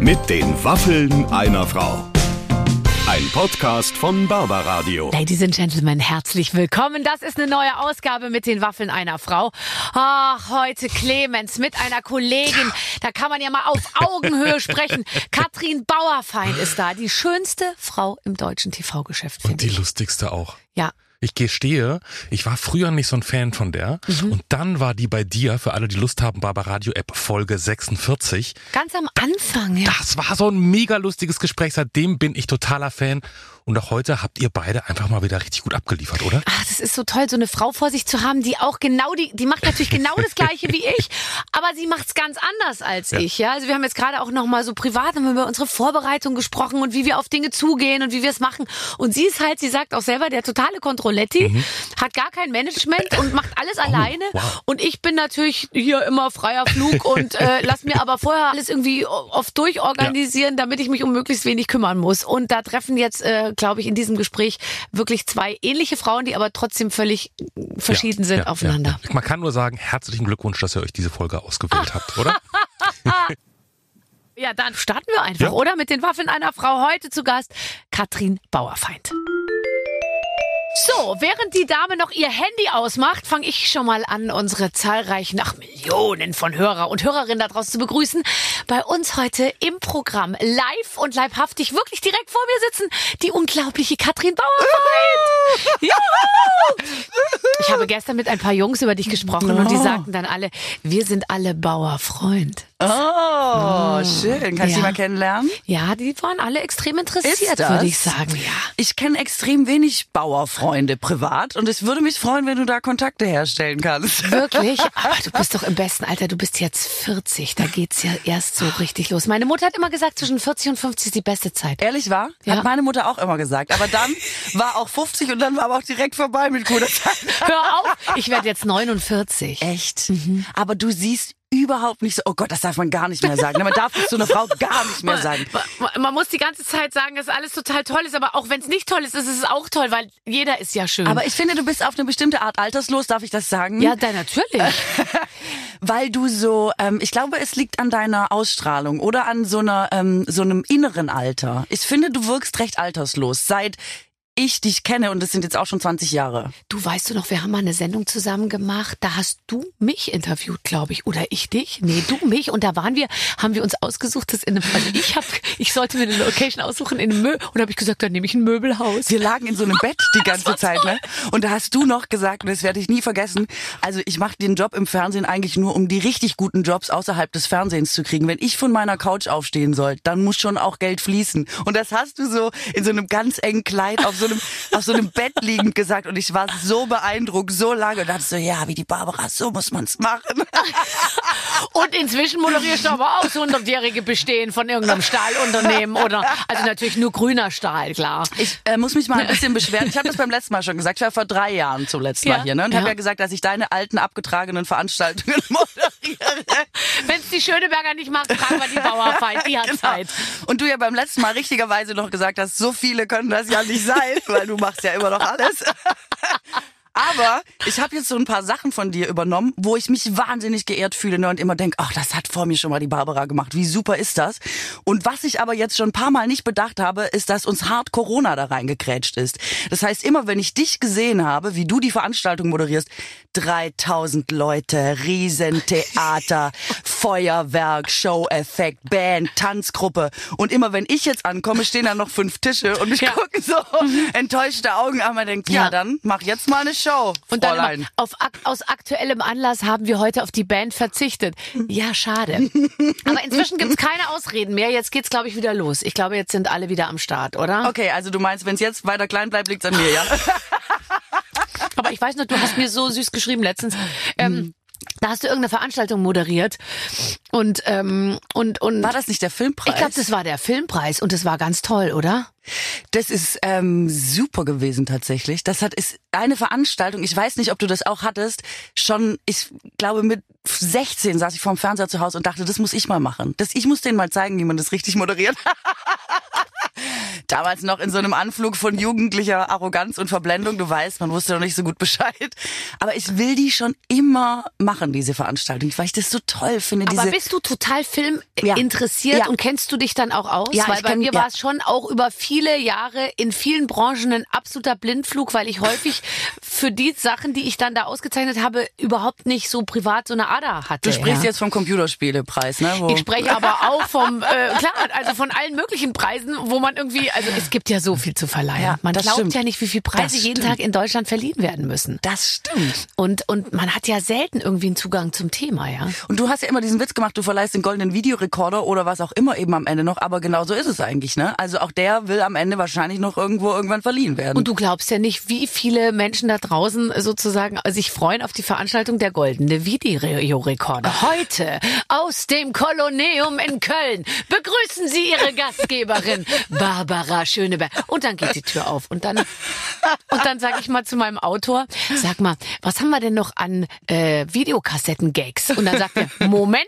Mit den Waffeln einer Frau. Ein Podcast von Barbaradio. Ladies and Gentlemen, herzlich willkommen. Das ist eine neue Ausgabe mit den Waffeln einer Frau. Ach, heute Clemens mit einer Kollegin. Da kann man ja mal auf Augenhöhe sprechen. Katrin Bauerfeind ist da. Die schönste Frau im deutschen TV-Geschäft, finde ich. Und die lustigste auch. Ja. Ich gestehe, ich war früher nicht so ein Fan von der. Und dann war die bei dir, für alle, die Lust haben, Barbaradio-App Folge 46. Ganz am Anfang, ja. Das war so ein mega lustiges Gespräch. Seitdem bin ich totaler Fan. Und auch heute habt ihr beide einfach mal wieder richtig gut abgeliefert, oder? Ach, das ist so toll, so eine Frau vor sich zu haben, die auch genau die macht natürlich genau das Gleiche wie ich, aber sie macht's ganz anders als ich, ja. Also wir haben jetzt gerade auch noch mal so privat über unsere Vorbereitung gesprochen und wie wir auf Dinge zugehen und wie wir es machen. Und sie ist halt, sie sagt auch selber, der totale Controletti, hat gar kein Management und macht alles alleine. Wow. Und ich bin natürlich hier immer freier Flug und lass mir aber vorher alles irgendwie oft durchorganisieren, damit ich mich um möglichst wenig kümmern muss. Und da treffen jetzt glaube ich, in diesem Gespräch wirklich zwei ähnliche Frauen, die aber trotzdem völlig verschieden sind aufeinander. Ja. Man kann nur sagen, herzlichen Glückwunsch, dass ihr euch diese Folge ausgewählt habt, oder? Ja, dann starten wir einfach, oder? Mit den Waffeln einer Frau. Heute zu Gast Katrin Bauerfeind. So, während die Dame noch ihr Handy ausmacht, fange ich schon mal an, unsere zahlreichen, Millionen von Hörer und Hörerinnen da draußen zu begrüßen. Bei uns heute im Programm live und leibhaftig, wirklich direkt vor mir sitzen, die unglaubliche Katrin Bauerfeind. Juhu! Ich habe gestern mit ein paar Jungs über dich gesprochen und die sagten dann alle, wir sind alle Bauerfreund. Oh, schön. Kannst du die mal kennenlernen? Ja, die waren alle extrem interessiert, Ist das? würde ich sagen, ja. Ich kenne extrem wenig Bauerfreunde privat und es würde mich freuen, wenn du da Kontakte herstellen kannst. Wirklich? Aber du bist doch im besten Alter, du bist jetzt 40, da geht's ja erst so richtig los. Meine Mutter hat immer gesagt, zwischen 40 und 50 ist die beste Zeit. Ehrlich wahr? Ja. Hat meine Mutter auch immer gesagt. Aber dann war auch 50 und dann war aber auch direkt vorbei mit guter Zeit. Hör auf, ich werde jetzt 49. Echt? Aber du siehst überhaupt nicht so, oh Gott, das darf man gar nicht mehr sagen. Man darf das zu einer Frau gar nicht mehr sagen. Man muss die ganze Zeit sagen, dass alles total toll ist, aber auch wenn es nicht toll ist, ist es auch toll, weil jeder ist ja schön. Aber ich finde, du bist auf eine bestimmte Art alterslos, darf ich das sagen? ja, dann natürlich. Weil du so, ich glaube, es liegt an deiner Ausstrahlung oder an so einem inneren Alter. Ich finde, du wirkst recht alterslos, seit ich dich kenne und das sind jetzt auch schon 20 Jahre. Du, weißt du noch, wir haben mal eine Sendung zusammen gemacht, da hast du mich interviewt, glaube ich, oder ich dich? Nee, du mich, und da haben wir uns ausgesucht, das in einem, also ich sollte mir eine Location aussuchen in einem Möbel, und habe ich gesagt, dann nehme ich ein Möbelhaus. Wir lagen in so einem Bett die ganze Zeit, ne? Und da hast du noch gesagt, und das werde ich nie vergessen, also ich mache den Job im Fernsehen eigentlich nur, um die richtig guten Jobs außerhalb des Fernsehens zu kriegen. Wenn ich von meiner Couch aufstehen soll, dann muss schon auch Geld fließen. Und das hast du so in so einem ganz engen Kleid auf so einem Bett liegend gesagt, und ich war so beeindruckt, so lange, und dachte so, ja, wie die Barbara, so muss man's machen. Und inzwischen moderierst du aber auch das 100-jährige Bestehen von irgendeinem Stahlunternehmen oder, also natürlich nur grüner Stahl, klar. Ich muss mich mal ein bisschen beschweren. Ich habe das beim letzten Mal schon gesagt. Ich war vor 3 Jahren zum letzten Mal hier, ne? Und habe ja gesagt, dass ich deine alten, abgetragenen Veranstaltungen moderiere. Wenn es die Schöneberger nicht macht, fragen wir die Bauerfeind, die hat Zeit. Und du ja beim letzten Mal richtigerweise noch gesagt hast, so viele können das ja nicht sein, weil du machst ja immer noch alles. Aber ich habe jetzt so ein paar Sachen von dir übernommen, wo ich mich wahnsinnig geehrt fühle, ne, und immer denke, ach, das hat vor mir schon mal die Barbara gemacht. Wie super ist das? Und was ich aber jetzt schon ein paar Mal nicht bedacht habe, ist, dass uns hart Corona da reingekrätscht ist. Das heißt, immer wenn ich dich gesehen habe, wie du die Veranstaltung moderierst, 3000 Leute, Riesentheater, Feuerwerk, Show-Effekt, Band, Tanzgruppe. Und immer wenn ich jetzt ankomme, stehen da noch 5 Tische und mich gucken so enttäuschte Augen an. Man denkt, ja, dann mach jetzt mal eine Show, und dann Fräulein. immer, aus aktuellem Anlass haben wir heute auf die Band verzichtet. Ja, schade. Aber inzwischen gibt's keine Ausreden mehr. Jetzt geht's, glaube ich, wieder los. Ich glaube, jetzt sind alle wieder am Start, oder? Okay, also du meinst, wenn es jetzt weiter klein bleibt, liegt's an mir, ja? Aber ich weiß noch, du hast mir so süß geschrieben letztens. Da hast du irgendeine Veranstaltung moderiert und War das nicht der Filmpreis? ich glaube, das war der Filmpreis und das war ganz toll, oder? Das ist super gewesen tatsächlich. Ist eine Veranstaltung, ich weiß nicht, ob du das auch hattest, schon, ich glaube mit 16 saß ich vorm Fernseher zu Hause und dachte, das muss ich mal machen. Ich muss denen mal zeigen, wie man das richtig moderiert. Damals noch in so einem Anflug von jugendlicher Arroganz und Verblendung. Du weißt, man wusste noch nicht so gut Bescheid. Aber ich will die schon immer machen, diese Veranstaltung, weil ich das so toll finde. Aber bist du total Film interessiert Ja. und kennst du dich dann auch aus? Ja, Weil ich bei kenn- mir ja. war es schon auch über viele Jahre in vielen Branchen ein absoluter Blindflug, weil ich häufig für die Sachen, die ich dann da ausgezeichnet habe, überhaupt nicht so privat so eine Ader hatte. Du sprichst jetzt vom Computerspielepreis, ne? Ich spreche aber auch vom, klar, also von allen möglichen Preisen, wo man irgendwie, also es gibt ja so viel zu verleihen. Ja, Man das glaubt stimmt. ja nicht, wie viele Preise Das jeden stimmt. Tag in Deutschland verliehen werden müssen. Das stimmt. Und man hat ja selten irgendwie einen Zugang zum Thema, ja. Und du hast ja immer diesen Witz gemacht, du verleihst den goldenen Videorekorder oder was auch immer eben am Ende noch, aber genau so ist es eigentlich, ne? Also auch der will am Ende wahrscheinlich noch irgendwann verliehen werden. Und du glaubst ja nicht, wie viele Menschen da draußen sozusagen sich freuen auf die Veranstaltung der goldene Videorekorder. Heute aus dem Kolosseum in Köln begrüßen Sie Ihre Gastgeberin Barbara Schöneberg. Und dann geht die Tür auf und dann sage ich mal zu meinem Autor, sag mal, was haben wir denn noch an Videokassetten-Gags? Und dann sagt er, Moment,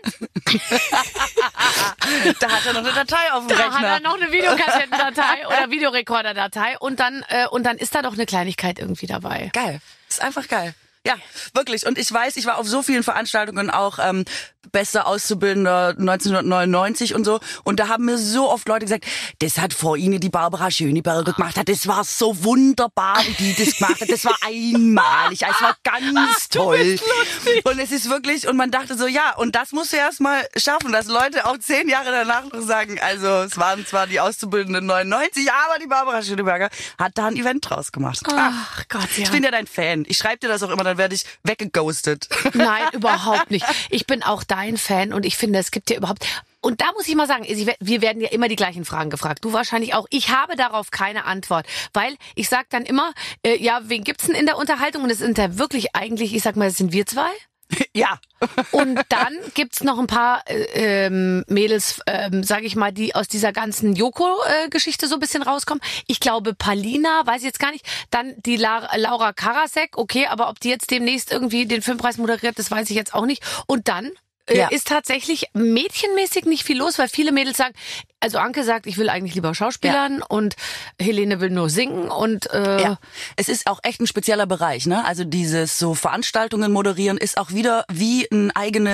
da hat er noch eine Datei auf dem da Rechner. hat er noch eine Videokassettendatei oder Videorekorderdatei und dann ist da doch eine Kleinigkeit irgendwie dabei. Geil. Ist einfach geil. Ja, wirklich. Und ich weiß, ich war auf so vielen Veranstaltungen auch bester Auszubildender 1999 und so. Und da haben mir so oft Leute gesagt, das hat vor Ihnen die Barbara Schöneberger gemacht. Das war so wunderbar, wie die das gemacht hat. Das war einmalig. Es war ganz toll. Und es ist wirklich, und man dachte so, ja, und das musst du erst mal schaffen, dass Leute auch 10 Jahre danach noch sagen, also es waren zwar die Auszubildenden 99, aber die Barbara Schöneberger hat da ein Event draus gemacht. Ach Gott, ja. Ich bin ja dein Fan. Ich schreibe dir das auch immer, dann werde ich weggeghostet. Nein, überhaupt nicht. Ich bin auch dein Fan und ich finde, es gibt ja überhaupt... Und da muss ich mal sagen, wir werden ja immer die gleichen Fragen gefragt. Du wahrscheinlich auch. Ich habe darauf keine Antwort, weil ich sag dann immer, ja, wen gibt's denn in der Unterhaltung? Und es sind da wirklich eigentlich, ich sag mal, es sind wir zwei. Ja. Und dann gibt's noch ein paar Mädels, sage ich mal, die aus dieser ganzen Joko-Geschichte so ein bisschen rauskommen. Ich glaube, Palina, weiß ich jetzt gar nicht. Dann die Laura Karasek, okay, aber ob die jetzt demnächst irgendwie den Filmpreis moderiert, das weiß ich jetzt auch nicht. Und dann ist tatsächlich mädchenmäßig nicht viel los, weil viele Mädels sagen, also Anke sagt, ich will eigentlich lieber Schauspielern und Helene will nur singen und es ist auch echt ein spezieller Bereich, ne? Also dieses so Veranstaltungen moderieren ist auch wieder wie ein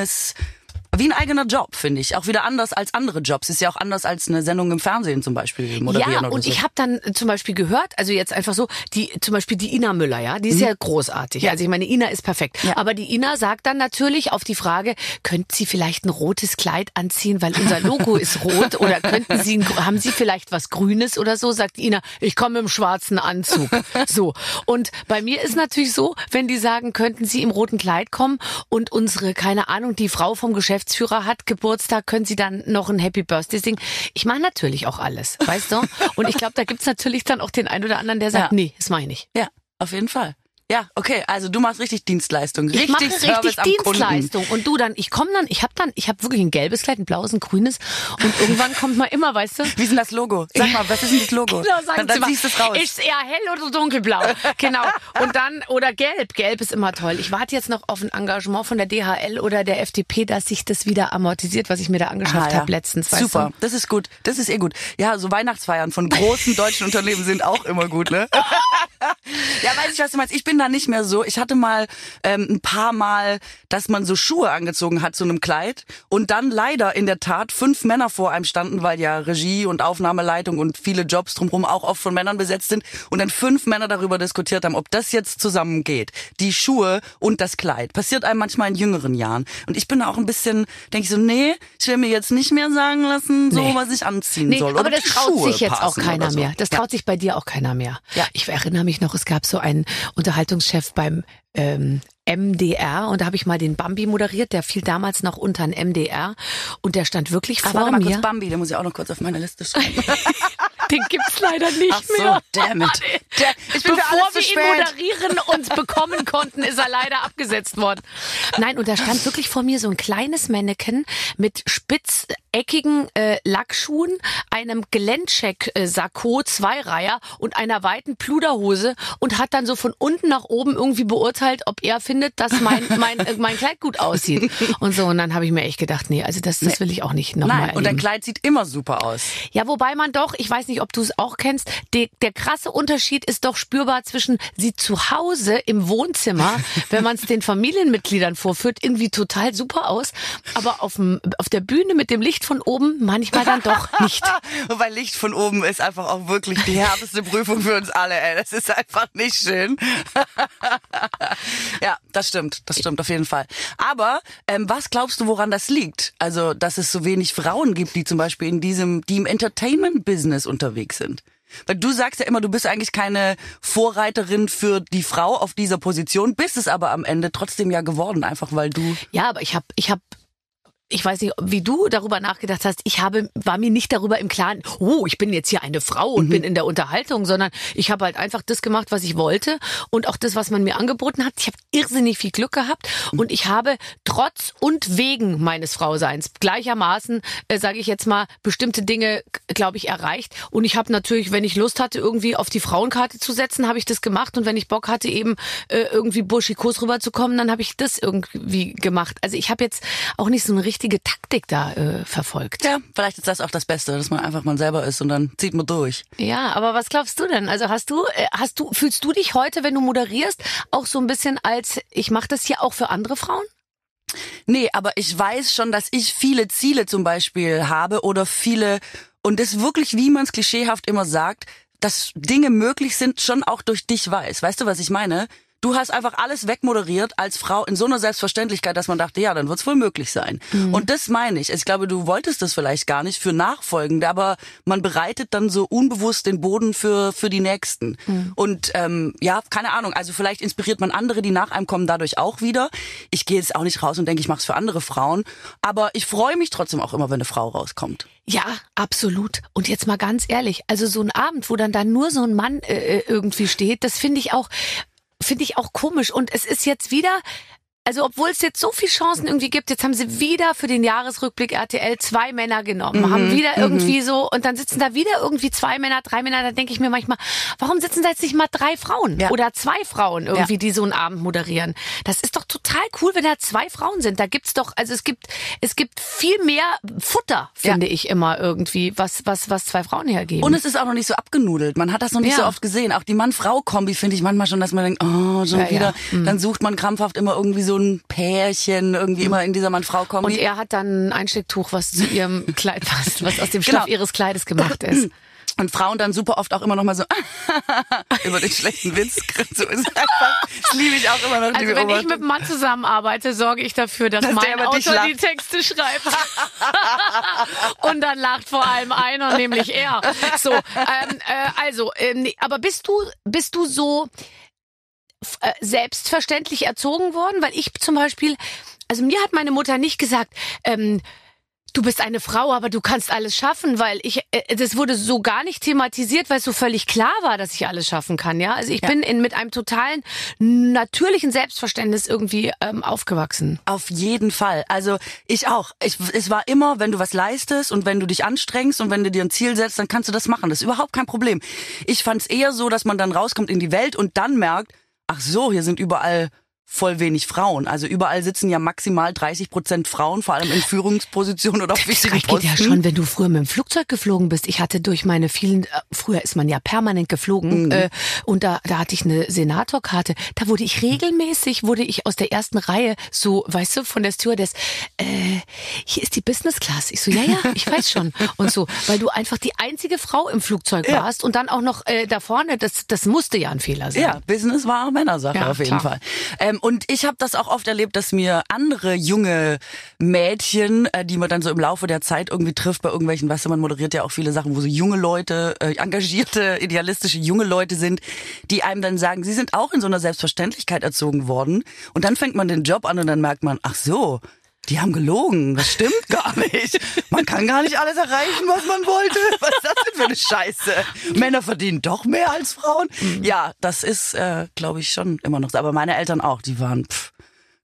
eigener Job, finde ich. Auch wieder anders als andere Jobs. Ist ja auch anders als eine Sendung im Fernsehen zum Beispiel moderieren ja, oder und so. ich habe dann zum Beispiel gehört, also jetzt einfach so, zum Beispiel die Ina Müller, ja, die ist ja großartig. Ja. Also ich meine, Ina ist perfekt. Ja. Aber die Ina sagt dann natürlich auf die Frage, könnten Sie vielleicht ein rotes Kleid anziehen, weil unser Logo ist rot? Oder haben Sie vielleicht was Grünes oder so? Sagt die Ina, ich komme im schwarzen Anzug. So. Und bei mir ist natürlich so, wenn die sagen, könnten Sie im roten Kleid kommen und unsere, keine Ahnung, die Frau vom Geschäftsführer hat Geburtstag, können Sie dann noch ein Happy Birthday singen? Ich mache natürlich auch alles, weißt du? Und ich glaube, da gibt's natürlich dann auch den einen oder anderen, der sagt, nee, das meine ich nicht. Ja, auf jeden Fall. Ja, okay, also du machst richtig Dienstleistung, Ich mache Service richtig am Kunden. Dienstleistung. Und du dann, ich habe wirklich ein gelbes Kleid, ein blaues, ein grünes. Und irgendwann kommt man immer, weißt du? Wie ist denn das Logo? Sag mal, was ist denn das Logo? Genau, sagen dann Sie mal, siehst du es raus. ist eher hell oder dunkelblau? Genau. Und dann, oder gelb. Gelb ist immer toll. Ich warte jetzt noch auf ein Engagement von der DHL oder der FDP, dass sich das wieder amortisiert, was ich mir da angeschafft habe letztens. Weißt Super, du? das ist gut. Das ist gut. Ja, so Weihnachtsfeiern von großen deutschen Unternehmen sind auch immer gut, ne? Ja, weiß ich, was du meinst. Ich bin da nicht mehr so. Ich hatte mal ein paar Mal, dass man so Schuhe angezogen hat zu einem Kleid und dann leider in der Tat 5 Männer vor einem standen, weil ja Regie und Aufnahmeleitung und viele Jobs drumherum auch oft von Männern besetzt sind und dann 5 Männer darüber diskutiert haben, ob das jetzt zusammengeht. Die Schuhe und das Kleid. Passiert einem manchmal in jüngeren Jahren. Und ich bin da auch ein bisschen, denke ich so, nee, ich will mir jetzt nicht mehr sagen lassen, so was ich anziehen soll. Aber oder das die traut Schuhe sich jetzt auch passen keiner oder so. mehr. Das traut sich bei dir auch keiner mehr. Ja. Ich erinnere mich noch, es gab so einen Unterhaltungschef beim MDR und da habe ich mal den Bambi moderiert, der fiel damals noch unter den MDR und der stand wirklich vor Warte mal mir. kurz, Bambi, den muss ich auch noch kurz auf meine Liste schreiben. Den gibt's leider nicht Ach so, mehr. damn it. Ich bin für Bevor alles zu wir ihn spät. moderieren und bekommen konnten, ist er leider abgesetzt worden. Nein, und da stand wirklich vor mir so ein kleines Mannequin mit spitz eckigen Lackschuhen, einem Geläncheck-Sakko, Zweireiher und einer weiten Pluderhose und hat dann so von unten nach oben irgendwie beurteilt, ob er findet, dass mein Kleid gut aussieht. Und so, und dann habe ich mir echt gedacht, nee, also das will ich auch nicht nochmal erleben. Und dein Kleid sieht immer super aus. Ja, wobei man doch, ich weiß nicht, ob du es auch kennst, der krasse Unterschied ist doch spürbar zwischen sieht zu Hause im Wohnzimmer, wenn man es den Familienmitgliedern vorführt, irgendwie total super aus, aber auf der Bühne mit dem Licht von oben manchmal dann doch nicht. Weil Licht von oben ist einfach auch wirklich die härteste Prüfung für uns alle, ey. Das ist einfach nicht schön. Ja, das stimmt auf jeden Fall. Aber was glaubst du, woran das liegt? Also, dass es so wenig Frauen gibt, die zum Beispiel die im Entertainment-Business unterwegs sind. Weil du sagst ja immer, du bist eigentlich keine Vorreiterin für die Frau auf dieser Position, bist es aber am Ende trotzdem ja geworden, einfach weil du... Ja, aber ich weiß nicht, wie du darüber nachgedacht hast. War mir nicht darüber im Klaren, ich bin jetzt hier eine Frau und bin in der Unterhaltung, sondern ich habe halt einfach das gemacht, was ich wollte und auch das, was man mir angeboten hat. Ich habe irrsinnig viel Glück gehabt und ich habe trotz und wegen meines Frauseins gleichermaßen, sage ich jetzt mal, bestimmte Dinge, glaube ich, erreicht. Und ich habe natürlich, wenn ich Lust hatte, irgendwie auf die Frauenkarte zu setzen, habe ich das gemacht. Und wenn ich Bock hatte, eben irgendwie burschikos rüberzukommen, dann habe ich das irgendwie gemacht. Also ich habe jetzt auch nicht so eine richtige Taktik da verfolgt. Ja, vielleicht ist das auch das Beste, dass man einfach mal selber ist und dann zieht man durch. Ja, aber was glaubst du denn? Also fühlst du dich heute, wenn du moderierst, auch so ein bisschen als, ich mache das hier auch für andere Frauen? Nee, aber ich weiß schon, dass ich viele Ziele zum Beispiel habe oder und das wirklich, wie man es klischeehaft immer sagt, dass Dinge möglich sind, schon auch durch dich weiß. Weißt du, was ich meine? Du hast einfach alles wegmoderiert als Frau in so einer Selbstverständlichkeit, dass man dachte, ja, dann wird's wohl möglich sein. Und das meine ich. Ich glaube, du wolltest das vielleicht gar nicht für Nachfolgende, aber man bereitet dann so unbewusst den Boden für die Nächsten. Und ja, keine Ahnung, also vielleicht inspiriert man andere, die nach einem kommen, dadurch auch wieder. Ich gehe jetzt auch nicht raus und denke, ich mache es für andere Frauen, aber ich freue mich trotzdem auch immer, wenn eine Frau rauskommt. Ja, absolut. Und jetzt mal ganz ehrlich, also so ein Abend, wo dann da nur so ein Mann irgendwie steht, das finde ich auch komisch. Und es ist jetzt wieder, also obwohl es jetzt so viele Chancen irgendwie gibt, jetzt haben sie wieder für den Jahresrückblick RTL 2 Männer genommen, haben wieder irgendwie so, und dann sitzen da wieder irgendwie 2 Männer, 3 Männer, da denke ich mir manchmal, warum sitzen da jetzt nicht mal 3 Frauen oder 2 Frauen irgendwie, die so einen Abend moderieren? Das ist doch total cool, wenn da 2 Frauen sind. Da gibt's doch, also es gibt viel mehr Futter, finde ich immer irgendwie, was 2 Frauen hergeben. Und es ist auch noch nicht so abgenudelt. Man hat das noch nicht so oft gesehen. Auch die Mann-Frau-Kombi finde ich manchmal schon, dass man denkt, schon wieder. Dann sucht man krampfhaft immer irgendwie so ein Pärchen, irgendwie immer in dieser Mann-Frau-Kombi. Und er hat dann ein Einstecktuch, was zu ihrem Kleid passt, was aus dem Stoff ihres Kleides gemacht ist. Und Frauen dann super oft auch immer noch mal so über den schlechten Witz. So ist einfach, das liebe ich auch immer noch. Also wenn ich mit einem Mann zusammenarbeite, sorge ich dafür, dass mein Autor die Texte schreibt. Und dann lacht vor allem einer, nämlich er. So, aber bist du so selbstverständlich erzogen worden? Weil ich zum Beispiel, also mir hat meine Mutter nicht gesagt, du bist eine Frau, aber du kannst alles schaffen, weil das wurde so gar nicht thematisiert, weil es so völlig klar war, dass ich alles schaffen kann, ja. Also ich bin mit einem totalen natürlichen Selbstverständnis irgendwie aufgewachsen. Auf jeden Fall. Also ich auch. Es war immer, wenn du was leistest und wenn du dich anstrengst und wenn du dir ein Ziel setzt, dann kannst du das machen. Das ist überhaupt kein Problem. Ich fand es eher so, dass man dann rauskommt in die Welt und dann merkt, ach so, hier sind überall voll wenig Frauen. Also überall sitzen ja maximal 30% Frauen, vor allem in Führungspositionen oder auf wichtigen Posten. Das geht ja schon, wenn du früher mit dem Flugzeug geflogen bist. Ich hatte durch meine vielen, früher ist man ja permanent geflogen, und da hatte ich eine Senatorkarte. Da wurde ich regelmäßig aus der ersten Reihe so, weißt du, von der Stewardess, hier ist die Business Class. Ich so, ja, ich weiß schon. Und so, weil du einfach die einzige Frau im Flugzeug warst und dann auch noch da vorne, das musste ja ein Fehler sein. Ja, Business war Männersache auf jeden Fall. Und ich habe das auch oft erlebt, dass mir andere junge Mädchen, die man dann so im Laufe der Zeit irgendwie trifft bei irgendwelchen, weißt du, man moderiert ja auch viele Sachen, wo so junge Leute, engagierte, idealistische junge Leute sind, die einem dann sagen, sie sind auch in so einer Selbstverständlichkeit erzogen worden. Und dann fängt man den Job an und dann merkt man, ach so, die haben gelogen. Das stimmt gar nicht. Man kann gar nicht alles erreichen, was man wollte. Was ist das denn für eine Scheiße? Männer verdienen doch mehr als Frauen. Ja, das ist, glaube ich, schon immer noch so. Aber meine Eltern auch, die waren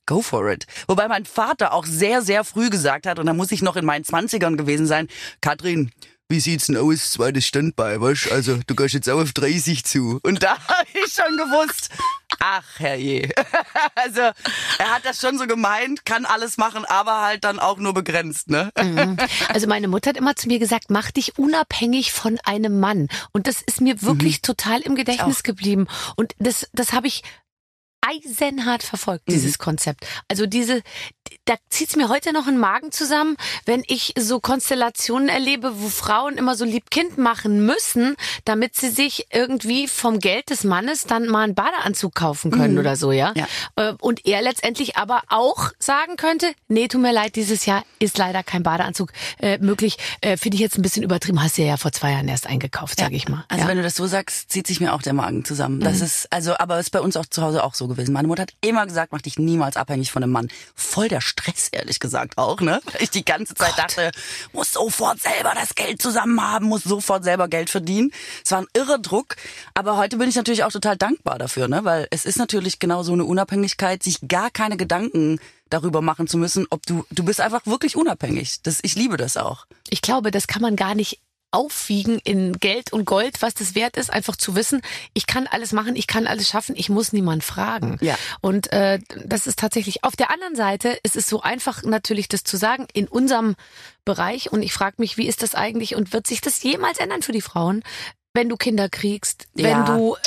go for it. Wobei mein Vater auch sehr, sehr früh gesagt hat, und da muss ich noch in meinen 20ern gewesen sein, Katrin, wie sieht's denn aus, zweites Standbein, weißt? Also, du gehst jetzt auch auf 30 zu. Und da habe ich schon gewusst, ach, herrje. Also, er hat das schon so gemeint, kann alles machen, aber halt dann auch nur begrenzt, ne? Also meine Mutter hat immer zu mir gesagt, mach dich unabhängig von einem Mann. Und das ist mir wirklich total im Gedächtnis geblieben. Und das habe ich eisenhart verfolgt, dieses Konzept. Also da zieht's mir heute noch einen Magen zusammen, wenn ich so Konstellationen erlebe, wo Frauen immer so Lieb-Kind machen müssen, damit sie sich irgendwie vom Geld des Mannes dann mal einen Badeanzug kaufen können oder so, ja. Und er letztendlich aber auch sagen könnte, nee, tut mir leid, dieses Jahr ist leider kein Badeanzug möglich. Finde ich jetzt ein bisschen übertrieben, hast du ja vor 2 Jahren erst eingekauft, sage ich mal. Also wenn du das so sagst, zieht sich mir auch der Magen zusammen. Das ist, aber ist bei uns auch zu Hause auch so gewesen. Meine Mutter hat immer gesagt, mach dich niemals abhängig von einem Mann. Voll der Stress, ehrlich gesagt auch, ne? Ich die ganze Zeit dachte, muss sofort selber das Geld zusammen haben, muss sofort selber Geld verdienen. Es war ein irrer Druck, aber heute bin ich natürlich auch total dankbar dafür, ne? Weil es ist natürlich genau so eine Unabhängigkeit, sich gar keine Gedanken darüber machen zu müssen, ob du bist einfach wirklich unabhängig. Ich liebe das auch. Ich glaube, das kann man gar nicht aufwiegen in Geld und Gold, was das wert ist, einfach zu wissen, ich kann alles machen, ich kann alles schaffen, ich muss niemand fragen. Ja. Und das ist tatsächlich, auf der anderen Seite ist es so einfach natürlich, das zu sagen, in unserem Bereich, und ich frage mich, wie ist das eigentlich und wird sich das jemals ändern für die Frauen? Wenn du Kinder kriegst, wenn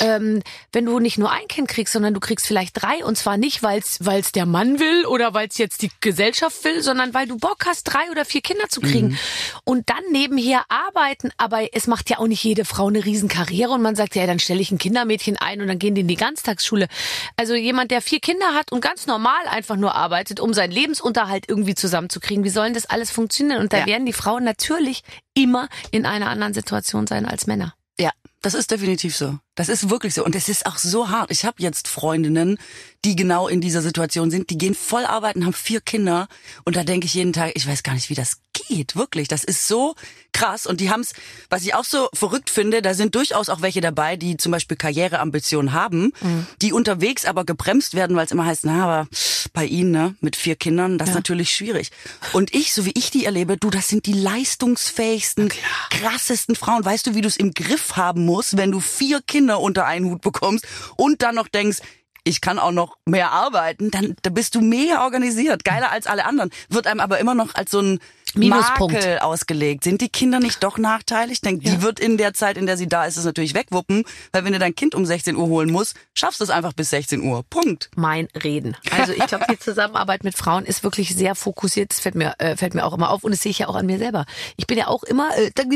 du nicht nur ein Kind kriegst, sondern du kriegst vielleicht 3, und zwar nicht, weil's der Mann will oder weil's jetzt die Gesellschaft will, sondern weil du Bock hast, 3 oder 4 Kinder zu kriegen und dann nebenher arbeiten. Aber es macht ja auch nicht jede Frau eine Riesenkarriere und man sagt, ja, dann stelle ich ein Kindermädchen ein und dann gehen die in die Ganztagsschule. Also jemand, der 4 Kinder hat und ganz normal einfach nur arbeitet, um seinen Lebensunterhalt irgendwie zusammenzukriegen, wie sollen das alles funktionieren? Und da werden die Frauen natürlich immer in einer anderen Situation sein als Männer. Ja, das ist definitiv so. Das ist wirklich so. Und es ist auch so hart. Ich habe jetzt Freundinnen, die genau in dieser Situation sind. Die gehen voll arbeiten, haben 4 Kinder. Und da denke ich jeden Tag, ich weiß gar nicht, wie das geht. Wirklich. Das ist so krass. Und die haben's, was ich auch so verrückt finde, da sind durchaus auch welche dabei, die zum Beispiel Karriereambitionen haben, die unterwegs aber gebremst werden, weil es immer heißt, na, aber bei ihnen, ne, mit 4 Kindern, das ist natürlich schwierig. Und ich, so wie ich die erlebe, das sind die leistungsfähigsten, krassesten Frauen. Weißt du, wie du es im Griff haben musst, wenn du 4 Kinder unter einen Hut bekommst und dann noch denkst, ich kann auch noch mehr arbeiten, da bist du mega organisiert, geiler als alle anderen. Wird einem aber immer noch als so ein Minuspunkt Makel ausgelegt. Sind die Kinder nicht doch nachteilig? Ich denke, die wird in der Zeit, in der sie da ist, es natürlich wegwuppen, weil wenn du dein Kind um 16 Uhr holen musst, schaffst du es einfach bis 16 Uhr. Punkt. Mein Reden. Also ich glaube, die Zusammenarbeit mit Frauen ist wirklich sehr fokussiert. Das fällt mir auch immer auf und das sehe ich ja auch an mir selber. Ich bin ja auch immer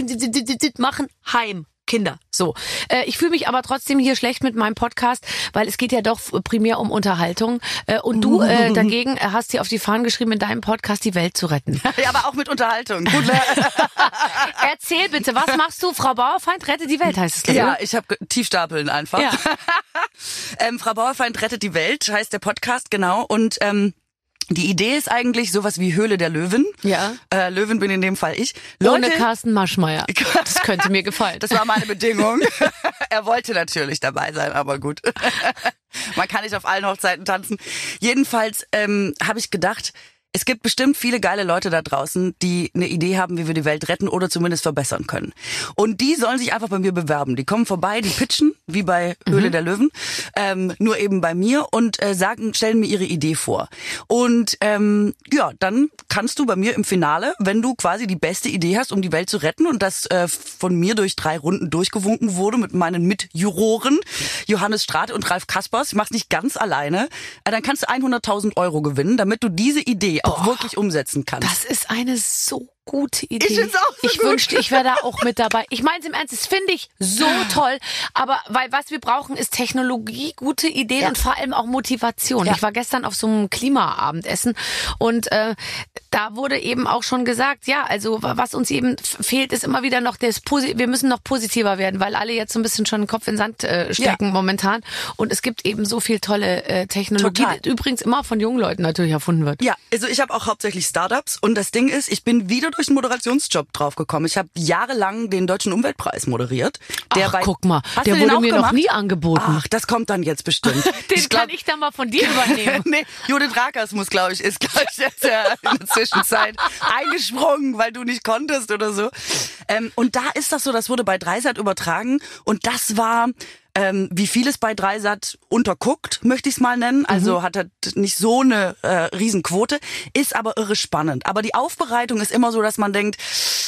machen, heim. Kinder. So. Ich fühle mich aber trotzdem hier schlecht mit meinem Podcast, weil es geht ja doch primär um Unterhaltung. Und du dagegen hast dir auf die Fahnen geschrieben, in deinem Podcast die Welt zu retten. Ja, aber auch mit Unterhaltung. Gut. Erzähl bitte, was machst du? Frau Bauerfeind rettet die Welt, heißt es, glaube ich. Ja, ich habe Tiefstapeln einfach. Ja. Frau Bauerfeind rettet die Welt, heißt der Podcast, genau. Und die Idee ist eigentlich sowas wie Höhle der Löwen. Ja. Löwen bin in dem Fall ich. Ohne Carsten Maschmeyer. Das könnte mir gefallen. Das war meine Bedingung. Er wollte natürlich dabei sein, aber gut. Man kann nicht auf allen Hochzeiten tanzen. Jedenfalls habe ich gedacht, es gibt bestimmt viele geile Leute da draußen, die eine Idee haben, wie wir die Welt retten oder zumindest verbessern können. Und die sollen sich einfach bei mir bewerben. Die kommen vorbei, die pitchen, wie bei Höhle der Löwen, nur eben bei mir und stellen mir ihre Idee vor. Und ja, dann kannst du bei mir im Finale, wenn du quasi die beste Idee hast, um die Welt zu retten und das von mir durch 3 Runden durchgewunken wurde mit meinen Mitjuroren, Johannes Strate und Ralf Kaspers, ich mach's nicht ganz alleine, dann kannst du 100.000 € gewinnen, damit du diese Idee auch wirklich umsetzen kannst. Das ist eine so gute Idee. Ich find's auch so Ich wünschte, ich wäre da auch mit dabei. Ich meine es im Ernst, das finde ich so toll. Aber weil was wir brauchen, ist Technologie, gute Ideen und vor allem auch Motivation. Ja. Ich war gestern auf so einem Klimaabendessen und da wurde eben auch schon gesagt, ja, also was uns eben fehlt, ist immer wieder noch wir müssen noch positiver werden, weil alle jetzt so ein bisschen schon den Kopf in den Sand stecken momentan. Und es gibt eben so viel tolle Technologie, die übrigens immer von jungen Leuten natürlich erfunden wird. Ja, also ich habe auch hauptsächlich Startups und das Ding ist, ich bin wieder durch einen Moderationsjob draufgekommen. Ich habe jahrelang den Deutschen Umweltpreis moderiert. Guck mal, der wurde mir noch nie angeboten. Ach, das kommt dann jetzt bestimmt. Kann ich dann mal von dir übernehmen. Nee, Judith Rakers ist, glaube ich, jetzt in der Zwischenzeit eingesprungen, weil du nicht konntest oder so. Und da ist das so, das wurde bei Dreisat übertragen und das war wie vieles bei Dreisat unterguckt, möchte ich es mal nennen. Also hat er nicht so eine Riesenquote, ist aber irre spannend. Aber die Aufbereitung ist immer so, dass man denkt,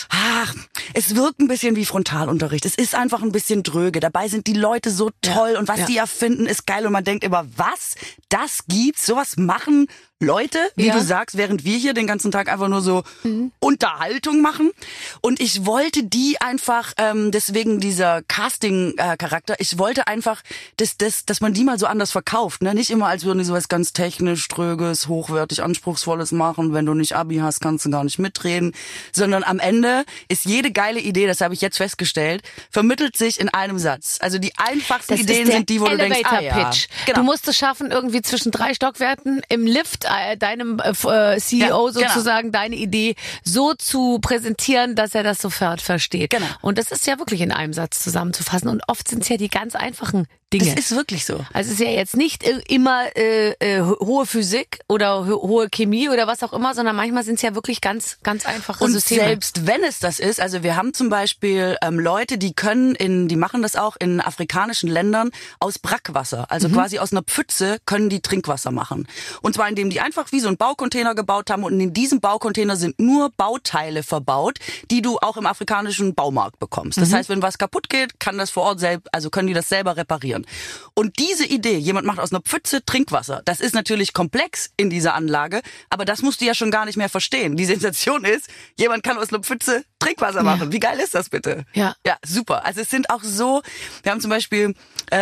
es wirkt ein bisschen wie Frontalunterricht. Es ist einfach ein bisschen dröge. Dabei sind die Leute so toll und was die erfinden, ist geil. Und man denkt immer, was? Das gibt's? Sowas machen Leute, wie du sagst, während wir hier den ganzen Tag einfach nur so Unterhaltung machen. Und ich wollte die einfach, deswegen dieser Casting-Charakter, ich wollte einfach, dass man die mal so anders verkauft. Ne? Nicht immer, als würden die sowas ganz technisch, tröges, hochwertig, anspruchsvolles machen. Wenn du nicht Abi hast, kannst du gar nicht mitreden. Sondern am Ende ist jede geile Idee, das habe ich jetzt festgestellt, vermittelt sich in einem Satz. Also die einfachsten Ideen sind die, wo du denkst, Pitch. Genau. Du musst es schaffen, irgendwie zwischen 3 Stockwerken im Lift deinem CEO sozusagen deine Idee so zu präsentieren, dass er das sofort versteht. Genau. Und das ist ja wirklich in einem Satz zusammenzufassen. Und oft sind es ja die ganz einfachen Dinge. Das ist wirklich so. Also es ist ja jetzt nicht immer hohe Physik oder hohe Chemie oder was auch immer, sondern manchmal sind es ja wirklich ganz, ganz einfache und Systeme. Selbst wenn es das ist, also wir haben zum Beispiel Leute, die machen das auch in afrikanischen Ländern aus Brackwasser. Also quasi aus einer Pfütze können die Trinkwasser machen. Und zwar indem die einfach wie so einen Baucontainer gebaut haben und in diesem Baucontainer sind nur Bauteile verbaut, die du auch im afrikanischen Baumarkt bekommst. Das heißt, wenn was kaputt geht, kann das vor Ort können die das selber reparieren. Und diese Idee, jemand macht aus einer Pfütze Trinkwasser, das ist natürlich komplex in dieser Anlage, aber das musst du ja schon gar nicht mehr verstehen. Die Sensation ist, jemand kann aus einer Pfütze Trinkwasser machen. Ja. Wie geil ist das bitte? Ja. Ja, super. Also es sind auch so, wir haben zum Beispiel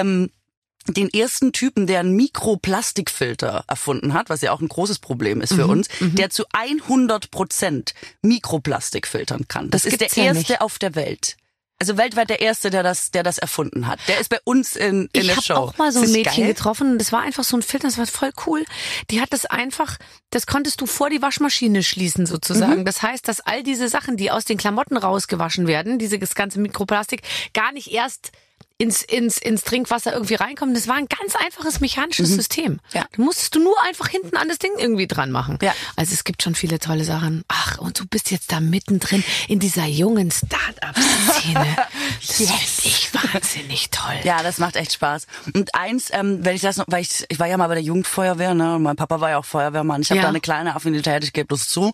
den ersten Typen, der einen Mikroplastikfilter erfunden hat, was ja auch ein großes Problem ist für uns, der zu 100% Mikroplastik filtern kann. Das ist der erste auf der Welt. Also weltweit der erste, der das erfunden hat. Der ist bei uns in der Show. Ich habe auch mal so ein Mädchen getroffen und das war einfach so ein Filter, das war voll cool. Die hat das konntest du vor die Waschmaschine schließen sozusagen. Das heißt, dass all diese Sachen, die aus den Klamotten rausgewaschen werden, das ganze Mikroplastik, gar nicht erst ins Trinkwasser irgendwie reinkommen. Das war ein ganz einfaches mechanisches System. Ja. Da musstest du nur einfach hinten an das Ding irgendwie dran machen. Ja. Also es gibt schon viele tolle Sachen. Ach, und du bist jetzt da mittendrin in dieser jungen Start-up-Szene. Das finde ich wahnsinnig toll. Ja, das macht echt Spaß. Und eins, wenn ich das noch, weil ich war ja mal bei der Jugendfeuerwehr, ne? Und mein Papa war ja auch Feuerwehrmann. Ich habe da eine kleine Affinität, ich gebe das zu.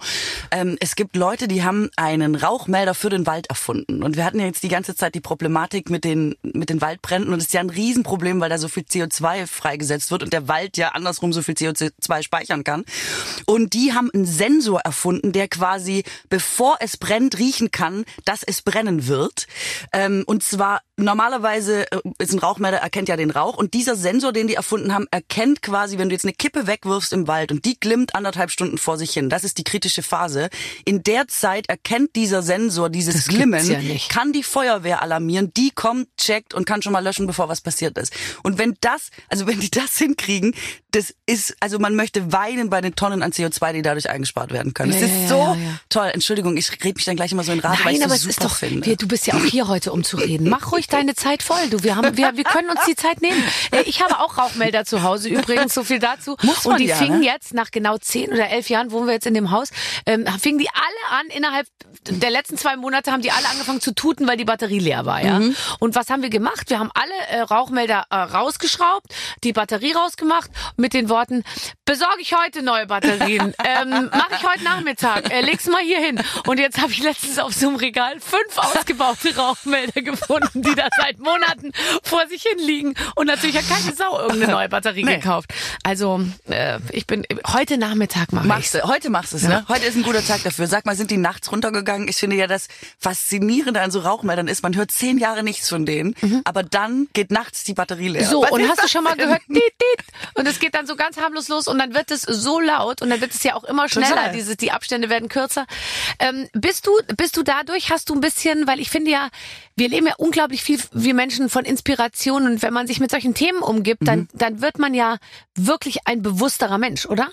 Es gibt Leute, die haben einen Rauchmelder für den Wald erfunden. Und wir hatten ja jetzt die ganze Zeit die Problematik mit den Waldbränden und das ist ja ein Riesenproblem, weil da so viel CO2 freigesetzt wird und der Wald ja andersrum so viel CO2 speichern kann. Und die haben einen Sensor erfunden, der quasi, bevor es brennt, riechen kann, dass es brennen wird. Und zwar normalerweise ist ein Rauchmelder, erkennt ja den Rauch und dieser Sensor, den die erfunden haben, erkennt quasi, wenn du jetzt eine Kippe wegwirfst im Wald und die glimmt 1,5 Stunden vor sich hin. Das ist die kritische Phase. In der Zeit erkennt dieser Sensor dieses Glimmen, kann die Feuerwehr alarmieren, die kommt, checkt und kann schon mal löschen, bevor was passiert ist. Und wenn die das hinkriegen, das ist, also man möchte weinen bei den Tonnen an CO2, die dadurch eingespart werden können. Das ist so toll. Entschuldigung, ich rede mich dann gleich immer so in Rage, weil ich das super finde. Du bist ja auch hier heute, um zu reden. Mach ruhig deine Zeit voll. Wir können uns die Zeit nehmen. Ich habe auch Rauchmelder zu Hause übrigens, so viel dazu. Und die fingen jetzt nach genau 10 oder 11 Jahren, wohnen wir jetzt in dem Haus, fingen die alle an, innerhalb der letzten 2 Monate haben die alle angefangen zu tuten, weil die Batterie leer war. Ja. Und was haben wir gemacht? Wir haben alle Rauchmelder rausgeschraubt, die Batterie rausgemacht mit den Worten, besorge ich heute neue Batterien, mache ich heute Nachmittag, leg's mal hier hin. Und jetzt habe ich letztens auf so einem Regal 5 gebaute Rauchmelder gefunden, die da seit Monaten vor sich hin liegen. Und natürlich hat keine Sau irgendeine neue Batterie gekauft. Also heute Nachmittag mache ich's. Heute machst du es, ne? Heute ist ein guter Tag dafür. Sag mal, sind die nachts runtergegangen? Ich finde ja, das Faszinierende an so Rauchmeldern ist, man hört 10 Jahre nichts von denen, aber dann geht nachts die Batterie leer. So, Was und ist hast du das schon mal denn? gehört, dit, dit, und es geht dann so ganz harmlos los und dann wird es so laut und dann wird es ja auch immer schneller, Total. die Abstände werden kürzer. Bist du dadurch, hast du ein bisschen, weil ich finde ja, wir leben ja unglaublich viel, wir Menschen, von Inspiration, und wenn man sich mit solchen Themen umgibt, dann wird man ja wirklich ein bewussterer Mensch, oder?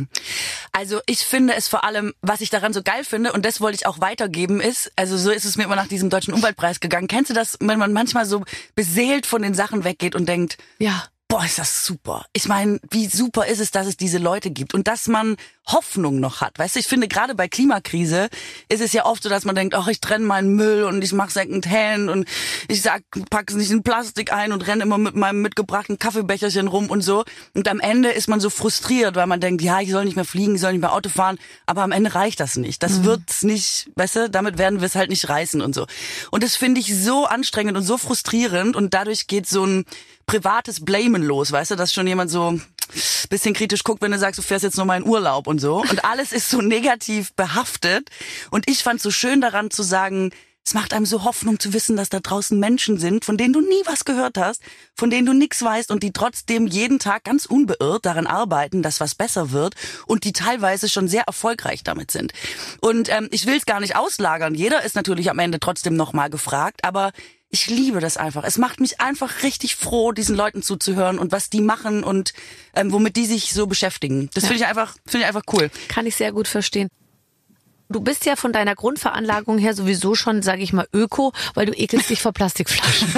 Also ich finde es vor allem, was ich daran so geil finde, und das wollte ich auch weitergeben, ist, also so ist es mir immer nach diesem Deutschen Umweltpreis gegangen. Kennst du das, wenn man manchmal so beseelt von den Sachen weggeht und denkt, Ja. boah, ist das super. Ich meine, wie super ist es, dass es diese Leute gibt und dass man Hoffnung noch hat. Weißt du, ich finde, gerade bei Klimakrise ist es ja oft so, dass man denkt, ach, ich trenne meinen Müll und ich mache Secondhand und ich pack es nicht in Plastik ein und renne immer mit meinem mitgebrachten Kaffeebecherchen rum und so. Und am Ende ist man so frustriert, weil man denkt, ja, ich soll nicht mehr fliegen, ich soll nicht mehr Auto fahren, aber am Ende reicht das nicht. Das wird's nicht, weißt du, damit werden wir es halt nicht reißen und so. Und das finde ich so anstrengend und so frustrierend, und dadurch geht so ein privates Blamen los, weißt du, dass schon jemand so bisschen kritisch guckt, wenn du sagst, du fährst jetzt nur mal in Urlaub und so. Und alles ist so negativ behaftet. Und ich fand so schön daran zu sagen, es macht einem so Hoffnung zu wissen, dass da draußen Menschen sind, von denen du nie was gehört hast, von denen du nichts weißt und die trotzdem jeden Tag ganz unbeirrt daran arbeiten, dass was besser wird und die teilweise schon sehr erfolgreich damit sind. Und ich will es gar nicht auslagern. Jeder ist natürlich am Ende trotzdem nochmal gefragt, aber ich liebe das einfach. Es macht mich einfach richtig froh, diesen Leuten zuzuhören und was die machen und womit die sich so beschäftigen. Das finde ich einfach cool. Kann ich sehr gut verstehen. Du bist ja von deiner Grundveranlagung her sowieso schon, sage ich mal, öko, weil du ekelst dich vor Plastikflaschen.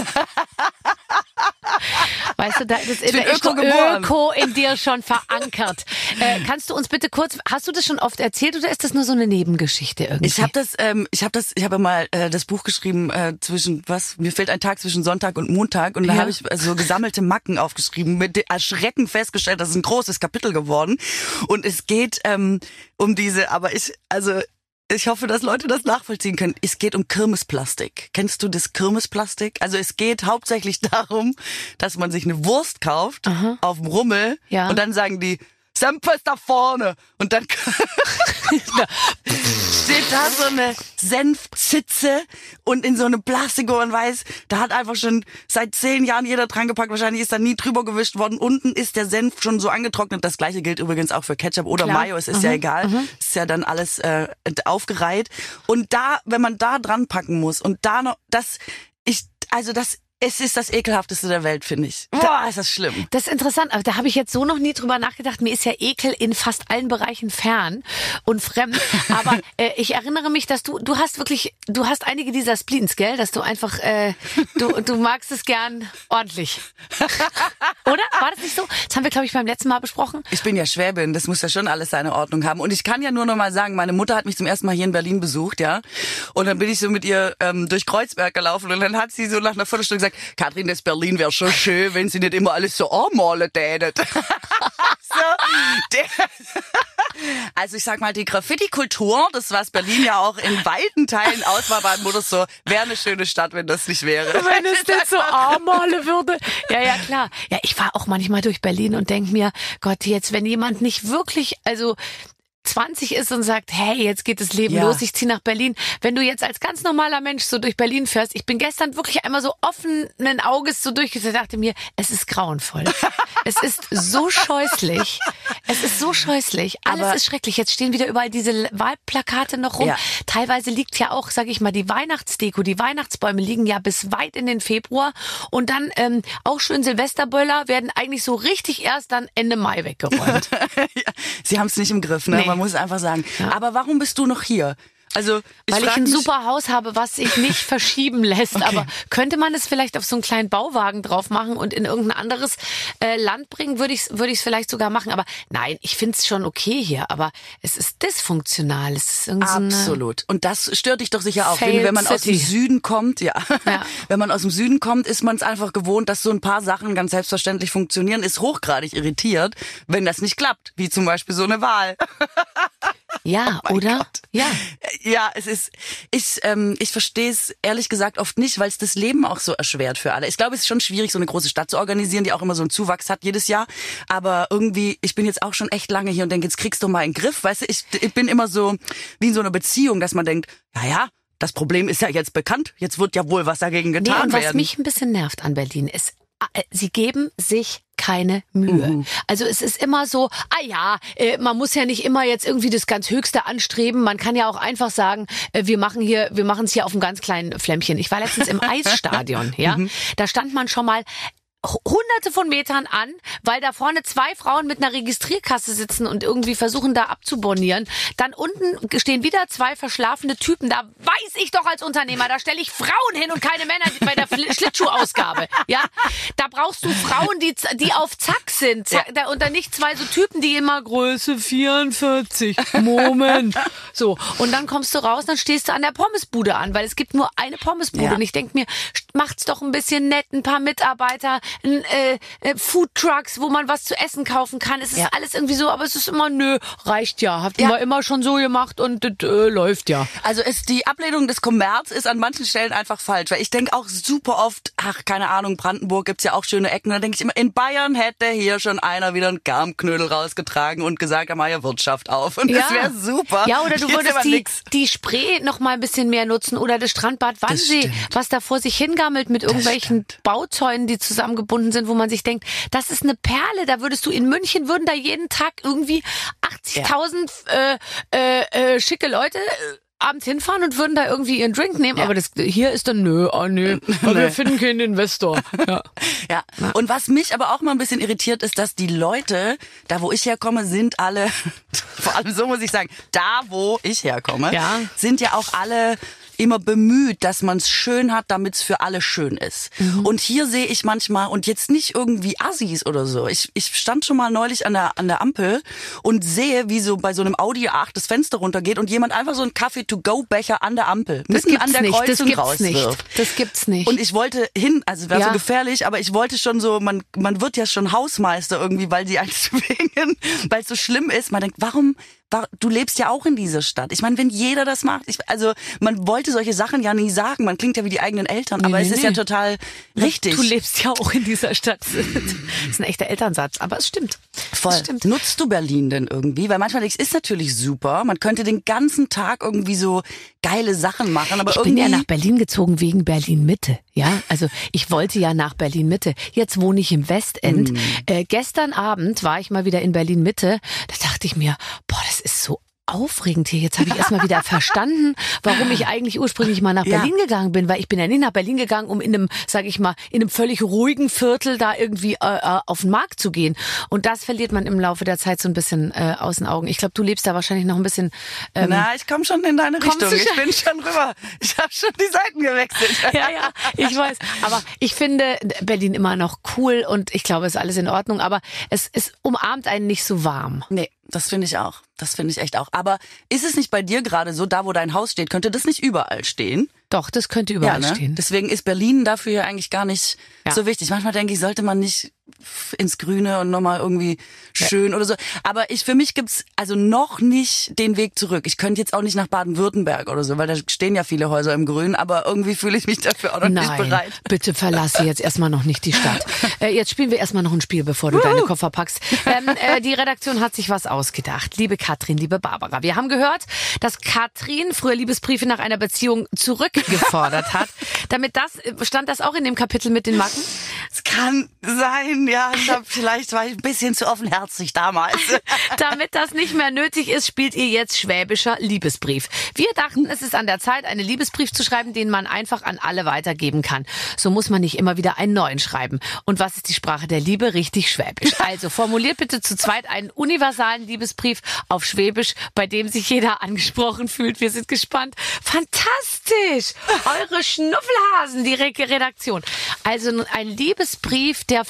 Weißt du, da ist Öko in dir schon verankert. Kannst du uns bitte kurz, hast du das schon oft erzählt oder ist das nur so eine Nebengeschichte irgendwie? Ich habe mal das Buch geschrieben mir fehlt ein Tag zwischen Sonntag und Montag, und da habe ich so gesammelte Macken aufgeschrieben, mit Erschrecken festgestellt, das ist ein großes Kapitel geworden, und es geht um diese, ich hoffe, dass Leute das nachvollziehen können. Es geht um Kirmesplastik. Kennst du das Kirmesplastik? Also es geht hauptsächlich darum, dass man sich eine Wurst kauft auf dem Rummel und dann sagen die, Senf ist da vorne. Und dann steht da so eine Senfzitze und in so eine Plastik, wo man weiß, da hat einfach schon seit 10 Jahren jeder dran gepackt. Wahrscheinlich ist da nie drüber gewischt worden. Unten ist der Senf schon so angetrocknet. Das gleiche gilt übrigens auch für Ketchup oder Mayo. Es ist ja egal. Ist ja dann alles aufgereiht. Und da, wenn man da dran packen muss und da noch, es ist das Ekelhafteste der Welt, finde ich. Boah, ist das schlimm. Das ist interessant, aber da habe ich jetzt so noch nie drüber nachgedacht. Mir ist ja Ekel in fast allen Bereichen fern und fremd. Aber ich erinnere mich, dass du hast einige dieser Spleens, gell? Dass du einfach, du magst es gern ordentlich. Oder? War das nicht so? Das haben wir, glaube ich, beim letzten Mal besprochen. Ich bin ja Schwäbin, das muss ja schon alles seine Ordnung haben. Und ich kann ja nur noch mal sagen, meine Mutter hat mich zum ersten Mal hier in Berlin besucht, ja. Und dann bin ich so mit ihr durch Kreuzberg gelaufen und dann hat sie so nach einer Viertelstunde gesagt, Katrin, das Berlin wäre schon schön, wenn sie nicht immer alles so anmalen tätet. Also ich sag mal, die Graffiti-Kultur, das was Berlin ja auch in weiten Teilen ausmacht, war Mutter so, wäre eine schöne Stadt, wenn das nicht wäre. Wenn es nicht so anmalen würde. Ja, klar. Ja, ich fahre auch manchmal durch Berlin und denk mir, Gott, jetzt, wenn jemand nicht wirklich, 20 ist und sagt, hey, jetzt geht das Leben los, ich ziehe nach Berlin. Wenn du jetzt als ganz normaler Mensch so durch Berlin fährst, ich bin gestern wirklich einmal so offenen Auges so durchgesetzt, dachte mir, es ist grauenvoll. Es ist so scheußlich. Es ist so scheußlich. Alles ist schrecklich. Jetzt stehen wieder überall diese Wahlplakate noch rum. Ja. Teilweise liegt ja auch, sag ich mal, die Weihnachtsdeko, die Weihnachtsbäume liegen ja bis weit in den Februar. Und dann auch schön Silvesterböller werden eigentlich so richtig erst dann Ende Mai weggeräumt. Ja, sie haben es nicht im Griff, ne? Nee. Man muss es einfach sagen. Ja. Aber warum bist du noch hier? Also weil ich ein super Haus habe, was sich nicht verschieben lässt. Okay. Aber könnte man es vielleicht auf so einen kleinen Bauwagen drauf machen und in irgendein anderes Land bringen, würde ich es vielleicht sogar machen. Aber nein, ich finde es schon okay hier. Aber es ist dysfunktional. Es ist absolut. Und das stört dich doch sicher auch. Wenn man aus dem Süden kommt, wenn man aus dem Süden kommt, ist man es einfach gewohnt, dass so ein paar Sachen ganz selbstverständlich funktionieren. Ist hochgradig irritiert, wenn das nicht klappt. Wie zum Beispiel so eine Wahl. Ja, oder? Gott. Ja. Ja, es ist, Ich verstehe es ehrlich gesagt oft nicht, weil es das Leben auch so erschwert für alle. Ich glaube, es ist schon schwierig, so eine große Stadt zu organisieren, die auch immer so einen Zuwachs hat jedes Jahr. Aber irgendwie, ich bin jetzt auch schon echt lange hier und denke, jetzt kriegst du mal einen Griff. Weißt du, ich bin immer so wie in so einer Beziehung, dass man denkt, ja, das Problem ist ja jetzt bekannt. Jetzt wird ja wohl was dagegen getan und werden. Was mich ein bisschen nervt an Berlin ist, sie geben sich keine Mühe. Also es ist immer so, man muss ja nicht immer jetzt irgendwie das ganz Höchste anstreben. Man kann ja auch einfach sagen, wir machen es hier auf einem ganz kleinen Flämmchen. Ich war letztens im Eisstadion, ja. Da stand man schon mal Hunderte von Metern an, weil da vorne 2 Frauen mit einer Registrierkasse sitzen und irgendwie versuchen da abzubonnieren. Dann unten stehen wieder 2 verschlafene Typen. Da weiß ich doch als Unternehmer, da stelle ich Frauen hin und keine Männer bei der Schlittschuhausgabe. Ja, da brauchst du Frauen, die auf Zack sind. Und dann nicht 2 so Typen, die immer Größe 44. Moment. So. Und dann kommst du raus, dann stehst du an der Pommesbude an, weil es gibt nur eine Pommesbude. Ja. Und ich denke mir, macht's doch ein bisschen nett, ein paar Mitarbeiter, Foodtrucks, wo man was zu essen kaufen kann. Es ist alles irgendwie so, aber es ist immer, reicht ja. Habt ihr immer schon so gemacht und das läuft ja. Also die Ablehnung des Kommerz ist an manchen Stellen einfach falsch, weil ich denke auch super oft, keine Ahnung, Brandenburg gibt's ja auch schöne Ecken, da denke ich immer, in Bayern hätte hier schon einer wieder einen Garmknödel rausgetragen und gesagt, mach ja Wirtschaft auf. Und das wäre super. Ja, oder du würdest die Spree noch mal ein bisschen mehr nutzen oder das Strandbad Wannsee, was da vor sich hingammelt mit irgendwelchen Bauzäunen, die zusammengebunden sind, wo man sich denkt, das ist eine Perle, da würdest du in München, würden da jeden Tag irgendwie 80.000 schicke Leute abends hinfahren und würden da irgendwie ihren Drink nehmen, aber das hier ist dann wir finden keinen Investor. Ja. Und was mich aber auch mal ein bisschen irritiert ist, dass die Leute, da wo ich herkomme, sind alle, vor allem so muss ich sagen, da wo ich herkomme, sind ja auch alle immer bemüht, dass man es schön hat, damit es für alle schön ist. Und hier sehe ich manchmal, und jetzt nicht irgendwie Assis oder so, ich stand schon mal neulich an der Ampel und sehe, wie so bei so einem Audi A8 das Fenster runtergeht und jemand einfach so einen Kaffee-to-go-Becher an der Ampel mitten an der Kreuzung rauswirft. Das gibt's nicht. Und ich wollte hin, also wäre so gefährlich, aber ich wollte schon so, man wird ja schon Hausmeister irgendwie, weil sie einen zwingen, weil es so schlimm ist. Man denkt, warum du lebst ja auch in dieser Stadt. Ich meine, wenn jeder das macht, man wollte solche Sachen ja nie sagen. Man klingt ja wie die eigenen Eltern, aber es ist ja total richtig. Du lebst ja auch in dieser Stadt. Das ist ein echter Elternsatz, aber es stimmt. Voll. Stimmt. Nutzt du Berlin denn irgendwie? Weil manchmal denke ich, es ist natürlich super. Man könnte den ganzen Tag irgendwie so geile Sachen machen, aber ich bin ja nach Berlin gezogen wegen Berlin-Mitte. Ja, also ich wollte ja nach Berlin-Mitte. Jetzt wohne ich im Westend. Gestern Abend war ich mal wieder in Berlin-Mitte. Da dachte ich mir, das ist so aufregend hier. Jetzt habe ich erstmal wieder verstanden, warum ich eigentlich ursprünglich mal nach Berlin gegangen bin, weil ich bin ja nicht nach Berlin gegangen, um in einem, sage ich mal, in einem völlig ruhigen Viertel da irgendwie auf den Markt zu gehen. Und das verliert man im Laufe der Zeit so ein bisschen aus den Augen. Ich glaube, du lebst da wahrscheinlich noch ein bisschen... ich komme schon in deine Richtung. Ich bin schon rüber. Ich habe schon die Seiten gewechselt. Ja, ich weiß. Aber ich finde Berlin immer noch cool und ich glaube, es ist alles in Ordnung. Aber es umarmt einen nicht so warm. Nee. Das finde ich auch. Das finde ich echt auch. Aber ist es nicht bei dir gerade so, da wo dein Haus steht, könnte das nicht überall stehen? Doch, das könnte überall stehen. Deswegen ist Berlin dafür ja eigentlich gar nicht so wichtig. Manchmal denke ich, sollte man nicht ins Grüne und nochmal irgendwie schön oder so. Aber für mich gibt's also noch nicht den Weg zurück. Ich könnte jetzt auch nicht nach Baden-Württemberg oder so, weil da stehen ja viele Häuser im Grün, aber irgendwie fühle ich mich dafür auch noch nicht bereit. Bitte verlasse jetzt erstmal noch nicht die Stadt. Jetzt spielen wir erstmal noch ein Spiel, bevor du deine Koffer packst. Die Redaktion hat sich was ausgedacht. Liebe Katrin, liebe Barbara, wir haben gehört, dass Katrin früher Liebesbriefe nach einer Beziehung zurückgefordert hat. Stand das auch in dem Kapitel mit den Macken? Es kann sein, ja. Vielleicht war ich ein bisschen zu offenherzig damals. Damit das nicht mehr nötig ist, spielt ihr jetzt schwäbischer Liebesbrief. Wir dachten, es ist an der Zeit, einen Liebesbrief zu schreiben, den man einfach an alle weitergeben kann. So muss man nicht immer wieder einen neuen schreiben. Und was ist die Sprache der Liebe? Richtig Schwäbisch. Also formuliert bitte zu zweit einen universalen Liebesbrief auf Schwäbisch, bei dem sich jeder angesprochen fühlt. Wir sind gespannt. Fantastisch! Eure Schnuffelhasen, die Redaktion. Also ein Liebesbrief, der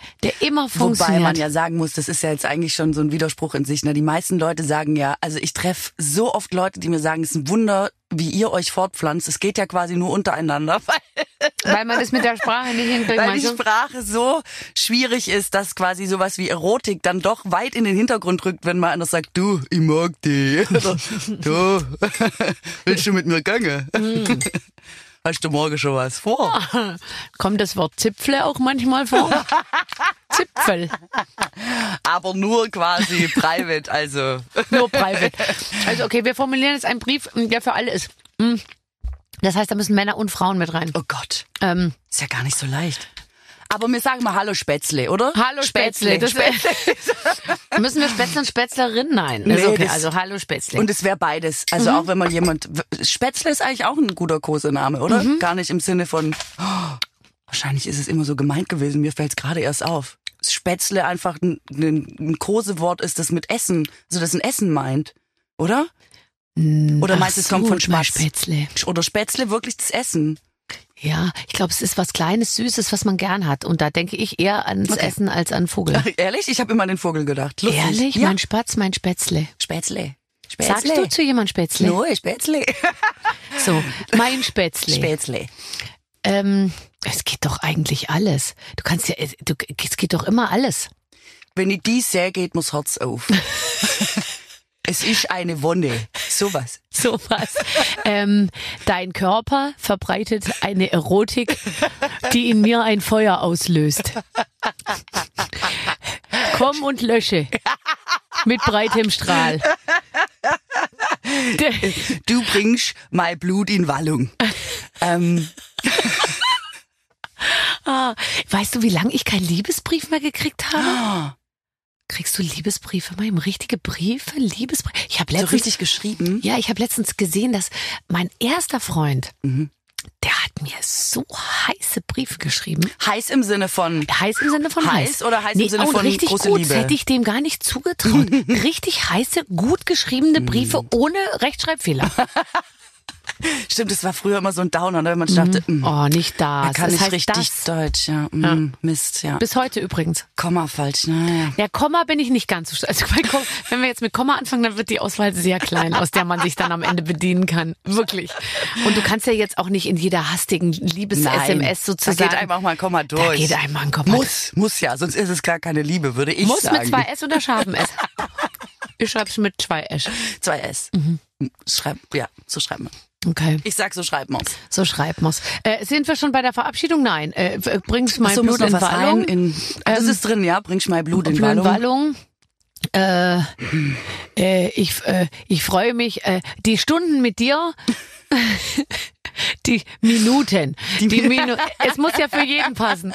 immer funktioniert. Wobei man ja sagen muss, das ist ja jetzt eigentlich schon so ein Widerspruch in sich. Ne? Die meisten Leute sagen ja, also ich treffe so oft Leute, die mir sagen, es ist ein Wunder, wie ihr euch fortpflanzt. Es geht ja quasi nur untereinander, weil Weil man das mit der Sprache nicht hinkriegt. Weil die meinst du? Sprache so schwierig ist, dass quasi sowas wie Erotik dann doch weit in den Hintergrund rückt, wenn mal einer sagt, du, ich mag die. Oder, du, willst du mit mir gehen? Hast du morgen schon was vor? Kommt das Wort Zipfle auch manchmal vor? Zipfel. Aber nur quasi private, also. Nur private. Also okay, wir formulieren jetzt einen Brief, der für alle ist. Das heißt, da müssen Männer und Frauen mit rein. Oh Gott, ist ja gar nicht so leicht. Aber wir sagen mal Hallo Spätzle, oder? Hallo Spätzle. Müssen wir Spätzle und Spätzlerin? Nein. Nee, ist okay, das- also Hallo Spätzle. Und es wäre beides. Also auch wenn man Spätzle ist eigentlich auch ein guter Kosename, oder? Gar nicht im Sinne von, wahrscheinlich ist es immer so gemeint gewesen, mir fällt es gerade erst auf. Spätzle einfach ein Kosewort ist, das mit Essen, also das ein Essen meint, oder? Oder meinst du, es kommt von Spatz? Spätzle. Oder Spätzle wirklich das Essen? Ja, ich glaube, es ist was Kleines, Süßes, was man gern hat. Und da denke ich eher ans Essen als an Vogel. Ehrlich? Ich habe immer an den Vogel gedacht. Lustig. Ehrlich? Ja. Mein Spatz, mein Spätzle. Spätzle. Sagst du zu jemand Spätzle? No, Spätzle. So, mein Spätzle. Spätzle. Es geht doch eigentlich alles. Du kannst ja, es geht doch immer alles. Wenn ich dies sehe, geht mir's Herz auf. Es ist eine Wonne. Sowas. Sowas. Dein Körper verbreitet eine Erotik, die in mir ein Feuer auslöst. Komm und lösche. Mit breitem Strahl. Du bringst mein Blut in Wallung. Weißt du, wie lange ich keinen Liebesbrief mehr gekriegt habe? Kriegst du Liebesbriefe? Mal richtige Briefe? Liebesbriefe? Ich habe So letztens, richtig geschrieben. ja, ich habe letztens gesehen, dass mein erster Freund, der hat mir so heiße Briefe geschrieben. Heiß im Sinne von Heiß im Sinne von heiß. Heiß oder heiß im Sinne und von richtig große gut. Liebe? Das hätte ich dem gar nicht zugetraut. Richtig heiße, gut geschriebene Briefe ohne Rechtschreibfehler. Stimmt, das war früher immer so ein Downer, ne, wenn man dachte, Oh, nicht das. er kann das nicht heißt richtig das. Deutsch. Ja. Mist, ja. Bis heute übrigens. Komma falsch, naja. Ja, Komma bin ich nicht ganz so stark. Also wenn wir jetzt mit Komma anfangen, dann wird die Auswahl sehr klein, aus der man sich dann am Ende bedienen kann. Wirklich. Und du kannst ja jetzt auch nicht in jeder hastigen Liebes-SMS sozusagen. Da geht einfach mal ein Komma durch. Da geht einmal ein Komma. Muss ja, sonst ist es gar keine Liebe, würde ich Muss sagen. mit 2 S oder scharfem S? Ich schreib's mit 2 S. 2 S. So schreiben wir. Okay, Ich sag, so schreiben wir's. so schreibt man's. Sind wir schon bei der Verabschiedung? Nein. Bringst mein So, muss Blut noch in was Wallung? rein. Das ist drin, ja. Bringst mein Blut in Wallung. Ich freue mich. Die Stunden mit dir. Die Minuten. Es muss ja für jeden passen.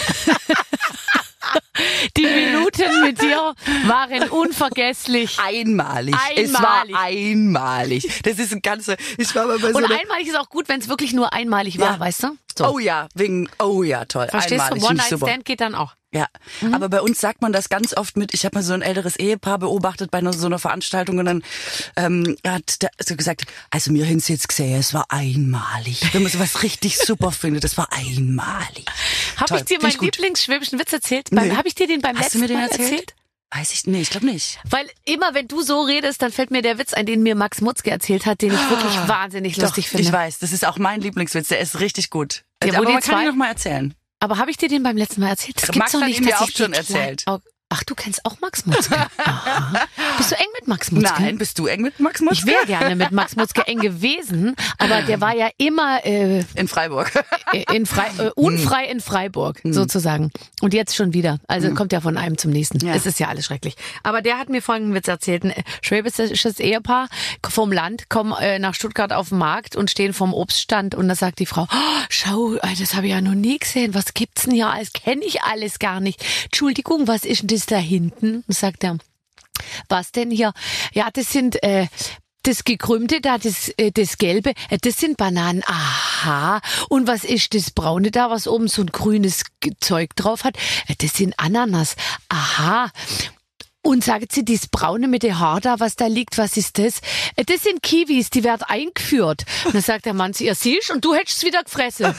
Die Minuten mit dir waren unvergesslich. Einmalig. Einmalig. Es war einmalig. Das ist ein ganzer. Ich war mal bei so Und einer, einmalig ist auch gut, wenn es wirklich nur einmalig war, Ja. weißt du? So. Oh ja, toll. Verstehst einmalig. du? Finde ich super. One-Night-Stand geht dann auch. Ja, aber bei uns sagt man das ganz oft mit, ich habe mal so ein älteres Ehepaar beobachtet bei so einer Veranstaltung und dann hat der so gesagt, also mir haben sie jetzt gesehen, es war einmalig. Wenn man sowas richtig super findet, das war einmalig. Habe Toll. ich dir Find meinen ich gut. Lieblingsschwäbischen Witz erzählt? Nee. Habe ich dir den beim Hast du letzten mir den Mal erzählt? Weiß ich, nee, ich glaube nicht. Weil immer, wenn du so redest, dann fällt mir der Witz ein, den mir Max Mutzke erzählt hat, den ich wirklich wahnsinnig lustig Doch, finde. ich weiß, das ist auch mein Lieblingswitz, der ist richtig gut. Der, wo aber die man kann zwei- ihn noch mal erzählen. Aber habe ich dir den beim letzten Mal erzählt? Das Max gibt's doch hat nicht, ihn mir dass auch ich schon die klein- erzählt. Oh, ach, du kennst auch Max Mutzke? Aha. Bist du eng mit Max Mutzke? Nein, bist du eng mit Max Mutzke? Ich wäre gerne mit Max Mutzke eng gewesen, aber der war ja immer In Freiburg. unfrei in Freiburg, sozusagen. Und jetzt schon wieder. Also kommt ja von einem zum nächsten. Ja. Es ist ja alles schrecklich. Aber der hat mir folgenden Witz erzählt. Ein schwäbisches Ehepaar vom Land kommen nach Stuttgart auf den Markt und stehen vom Obststand und da sagt die Frau, oh, schau, das habe ich ja noch nie gesehen. Was gibt's denn hier? Das kenne ich alles gar nicht. Entschuldigung, was ist denn das da hinten? Und sagt er, was denn hier? Ja, das sind das Gekrümmte da, das Gelbe, das sind Bananen. Aha. Und was ist das Braune da, was oben so ein grünes Zeug drauf hat? Das sind Ananas. Aha. Und sagen Sie, das Braune mit dem Haar da, was da liegt, was ist das? Das sind Kiwis, die werden eingeführt. Und dann sagt der Mann zu ihr, siehst, und du hättest es wieder gefressen.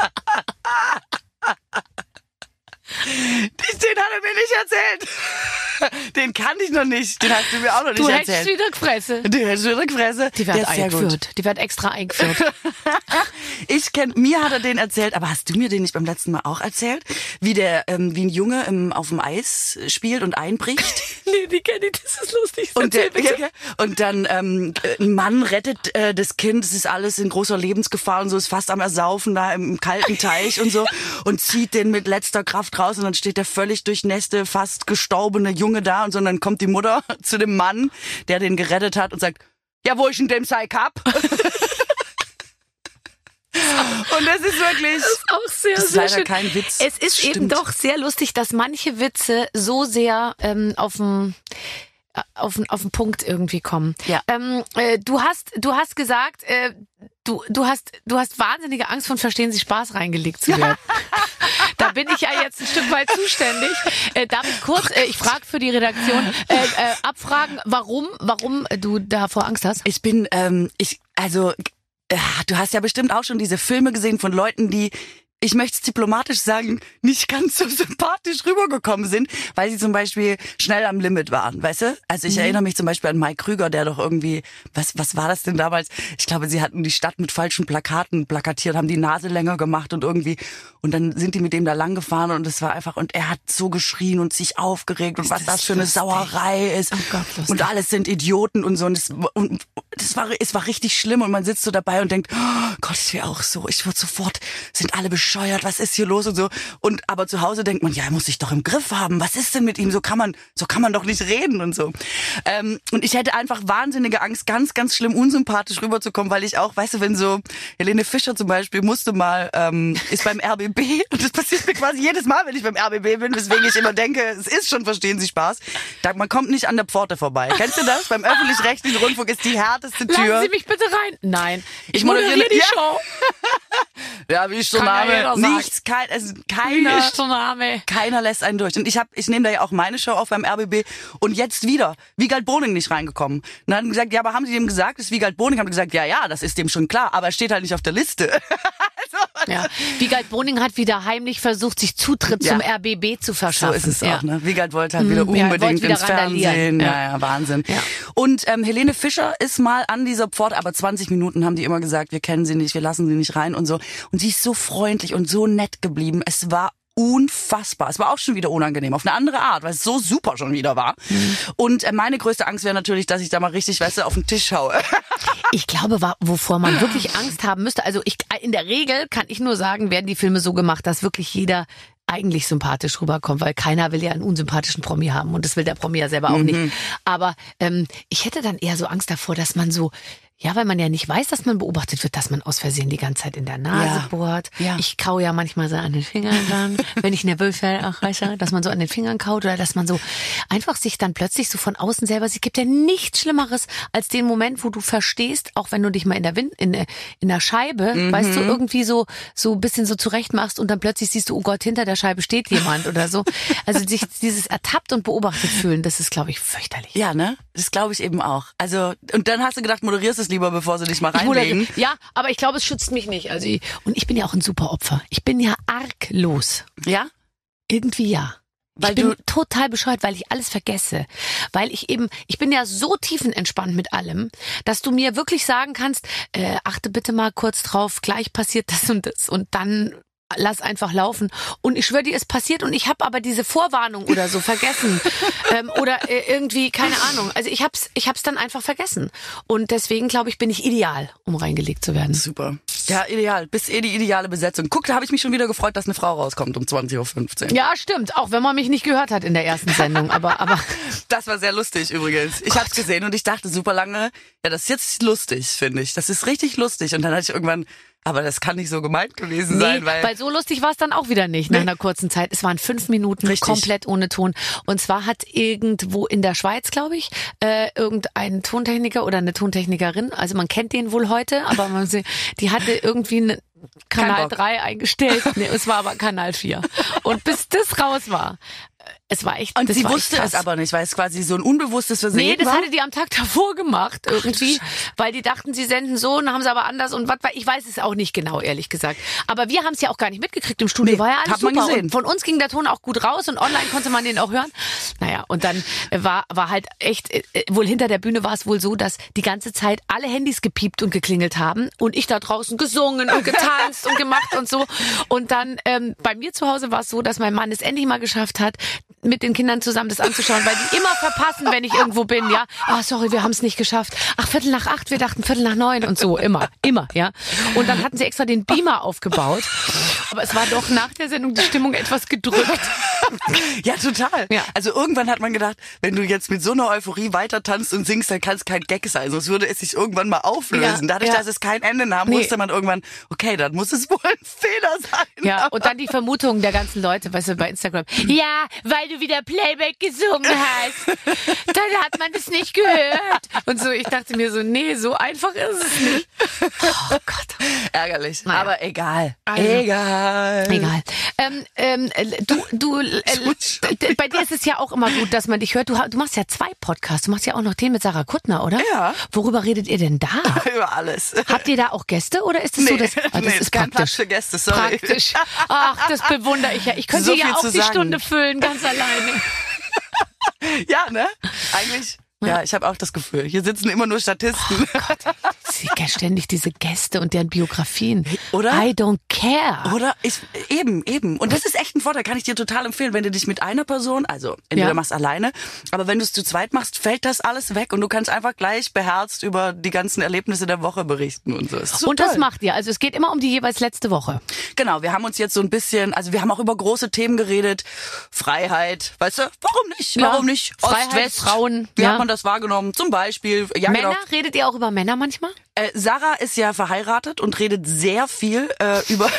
Den hat er mir nicht erzählt. Den kann ich noch nicht. Den hast du mir auch noch nicht erzählt. Du hättest wieder gefressen. Die hättest du wieder gefressen. Die wird Der ist sehr gut. eingeführt. Die wird extra eingeführt. Mir hat er den erzählt, aber hast du mir den nicht beim letzten Mal auch erzählt? Wie ein Junge auf dem Eis spielt und einbricht? Nee, die kenne ich, das ist lustig. Und dann ein Mann rettet das Kind, es ist alles in großer Lebensgefahr und so, ist fast am Ersaufen da im kalten Teich und so und zieht den mit letzter Kraft raus und dann steht der völlig durchnässte, fast gestorbene Junge da und so, und dann kommt die Mutter zu dem Mann, der den gerettet hat und sagt, ja, wo ich in dem Seich hab? Und das ist wirklich... Das ist auch sehr, das ist sehr leider schön. kein Witz. Es ist eben doch sehr lustig, dass manche Witze so sehr auf den Punkt irgendwie kommen. Ja. Du hast gesagt, du hast wahnsinnige Angst von Verstehen Sie Spaß reingelegt zu werden. Da bin ich ja jetzt ein Stück weit zuständig. Darf ich kurz, ich frage für die Redaktion, abfragen, warum du davor Angst hast? Du hast ja bestimmt auch schon diese Filme gesehen von Leuten, die, ich möchte es diplomatisch sagen, nicht ganz so sympathisch rübergekommen sind, weil sie zum Beispiel schnell am Limit waren, weißt du? Also ich erinnere mich zum Beispiel an Mike Krüger, der doch irgendwie, was war das denn damals? Ich glaube, sie hatten die Stadt mit falschen Plakaten plakatiert, haben die Nase länger gemacht und dann sind die mit dem da lang gefahren und es war einfach, und er hat so geschrien und sich aufgeregt und was das für eine Sauerei ist. Oh Gott, lustig. Und alles sind Idioten und so, und es war richtig schlimm und man sitzt so dabei und denkt, oh Gott, ich wäre auch so, ich würde sofort, sind alle bescheuert, was ist hier los und so. Und aber zu Hause denkt man, ja, er muss sich doch im Griff haben. Was ist denn mit ihm? So kann man doch nicht reden und so. Und ich hätte einfach wahnsinnige Angst, ganz, ganz schlimm unsympathisch rüberzukommen, weil ich auch, weißt du, wenn so Helene Fischer zum Beispiel musste mal, ist beim RBB, und das passiert mir quasi jedes Mal, wenn ich beim RBB bin, weswegen ich immer denke, es ist schon, verstehen Sie Spaß. Man kommt nicht an der Pforte vorbei. Kennst du das? Beim öffentlich-rechtlichen Rundfunk ist die härteste Tür. Lassen Sie mich bitte rein. Nein. Ich moderiere die Show. Ja, wie ist der Kann ja Name? jeder sagen. Nichts, Wie ist der Name? keiner lässt einen durch. Und ich nehme da ja auch meine Show auf beim RBB und jetzt wieder Wiegald Boning nicht reingekommen. Und dann haben gesagt, ja, aber haben Sie dem gesagt, das ist Wiegald Boning? Haben die gesagt, ja, das ist dem schon klar, aber er steht halt nicht auf der Liste. Ja. Wiegald Boning hat wieder heimlich versucht, sich Zutritt zum RBB zu verschaffen. So ist es auch, ne? Wiegald wollte halt wieder unbedingt wieder ins Fernsehen. Ja, Wahnsinn. Ja. Und Helene Fischer ist mal an dieser Pforte, aber 20 Minuten haben die immer gesagt, wir kennen sie nicht, wir lassen sie nicht rein und so. Und sie ist so freundlich und so nett geblieben. Es war unfassbar. Es war auch schon wieder unangenehm, auf eine andere Art, weil es so super schon wieder war. Und meine größte Angst wäre natürlich, dass ich da mal richtig, weißt du, auf den Tisch haue. Ich glaube, wovor man wirklich Angst haben müsste, also in der Regel kann ich nur sagen, werden die Filme so gemacht, dass wirklich jeder eigentlich sympathisch rüberkommt, weil keiner will ja einen unsympathischen Promi haben und das will der Promi ja selber auch nicht. Aber ich hätte dann eher so Angst davor, dass man so, ja, weil man ja nicht weiß, dass man beobachtet wird, dass man aus Versehen die ganze Zeit in der Nase bohrt. Ja. Ich kau ja manchmal so an den Fingern dann, wenn ich nervös werde, auch weißt du, dass man so an den Fingern kaut oder dass man so einfach sich dann plötzlich so von außen selber sieht. Es gibt ja nichts Schlimmeres als den Moment, wo du verstehst, auch wenn du dich mal in der Scheibe, weißt du, irgendwie so ein bisschen so zurecht machst und dann plötzlich siehst du, oh Gott, hinter der Scheibe steht jemand oder so. Also dieses ertappt und beobachtet fühlen, das ist, glaube ich, fürchterlich. Ja, ne? Das glaube ich eben auch. Also, und dann hast du gedacht, moderierst es lieber, bevor sie dich mal reinlegen. Ja, aber ich glaube, es schützt mich nicht. Also und ich bin ja auch ein super Opfer. Ich bin ja arglos. Ja? Irgendwie ja. Ich bin total bescheuert, weil ich alles vergesse. Weil ich bin ja so tiefenentspannt mit allem, dass du mir wirklich sagen kannst, achte bitte mal kurz drauf, gleich passiert das und dann lass einfach laufen. Und ich schwöre dir, es passiert und ich habe aber diese Vorwarnung oder so vergessen. Oder irgendwie, keine Ahnung. Also ich hab's dann einfach vergessen. Und deswegen, glaube ich, bin ich ideal, um reingelegt zu werden. Super. Ja, ideal. Bist die ideale Besetzung. Guck, da habe ich mich schon wieder gefreut, dass eine Frau rauskommt um 20.15 Uhr. Ja, stimmt. Auch wenn man mich nicht gehört hat in der ersten Sendung. Aber das war sehr lustig übrigens. Ich hab's gesehen und ich dachte super lange, ja, das ist jetzt lustig, finde ich. Das ist richtig lustig. Und dann hatte ich irgendwann, aber das kann nicht so gemeint gewesen sein. Weil so lustig war es dann auch wieder nicht nach einer kurzen Zeit. Es waren 5 Minuten komplett ohne Ton. Und zwar hat irgendwo in der Schweiz, glaube ich, irgendein Tontechniker oder eine Tontechnikerin, also man kennt den wohl heute, aber die hatte irgendwie Kanal 3 eingestellt. Nee, es war aber Kanal 4. Und bis das raus war, Es war echt. Und das sie war wusste echt es krass. aber nicht, weil es quasi so ein unbewusstes Versehen Nee, das war. hatte die am Tag davor gemacht irgendwie, weil die dachten, sie senden so und dann haben sie aber anders und was, ich weiß es auch nicht genau, ehrlich gesagt. Aber wir haben es ja auch gar nicht mitgekriegt im Studio, Nee, war ja alles hat man super. gesehen. Und von uns ging der Ton auch gut raus und online konnte man den auch hören. Naja, und dann war halt echt, wohl hinter der Bühne war es wohl so, dass die ganze Zeit alle Handys gepiept und geklingelt haben und ich da draußen gesungen und getanzt und gemacht und so. Und dann bei mir zu Hause war es so, dass mein Mann es endlich mal geschafft hat, mit den Kindern zusammen das anzuschauen, weil die immer verpassen, wenn ich irgendwo bin, ja. Ah, sorry, wir haben es nicht geschafft. Ach, 7:45, wir dachten 8:45 und so, immer, ja. Und dann hatten sie extra den Beamer aufgebaut, aber es war doch nach der Sendung die Stimmung etwas gedrückt. Ja, total. Ja. Also irgendwann hat man gedacht, wenn du jetzt mit so einer Euphorie weiter tanzt und singst, dann kann es kein Gag sein, sonst würde es sich irgendwann mal auflösen. Ja, Dadurch, ja. dass es kein Ende nahm, Nee. wusste man irgendwann, okay, dann muss es wohl ein Fehler sein. Ja, und dann die Vermutung der ganzen Leute, weißt du, bei Instagram. Ja, weil du wieder Playback gesungen hast. Dann hat man das nicht gehört. Und so, ich dachte mir so, nee, so einfach ist es nicht. Oh Gott. Ärgerlich. Naja. Aber egal. Also. Egal. Egal. Bei dir ist es ja auch immer gut, dass man dich hört. Du machst ja 2 Podcasts. Du machst ja auch noch den mit Sarah Kuttner, oder? Ja. Worüber redet ihr denn da? Über alles. Habt ihr da auch Gäste oder ist es so, dass das nee, ist kein Platz praktisch? für Gäste, sorry. Praktisch. Ach, das bewundere ich ja. Ich könnte So ja viel auch zu die sagen. Stunde füllen, ganz alleine. Ja, ne? Eigentlich, ja, ich habe auch das Gefühl. Hier sitzen immer nur Statisten. Ständig diese Gäste und deren Biografien. Oder? I don't care. Oder? Eben. Und das ist echt ein Vorteil, kann ich dir total empfehlen, wenn du dich mit einer Person, also entweder Ja. machst alleine, aber wenn du es zu zweit machst, fällt das alles weg und du kannst einfach gleich beherzt über die ganzen Erlebnisse der Woche berichten und so. Ist so Und das toll. macht ihr. Also es geht immer um die jeweils letzte Woche. Genau, wir haben uns jetzt so ein bisschen, also wir haben auch über große Themen geredet. Freiheit, weißt du, warum nicht? Ja. Warum nicht? Freiheit, Ost, West, Frauen, Wie ja. hat man das wahrgenommen? Zum Beispiel, ja Männer? genau. Redet ihr auch über Männer manchmal? Sarah ist ja verheiratet und redet sehr viel über,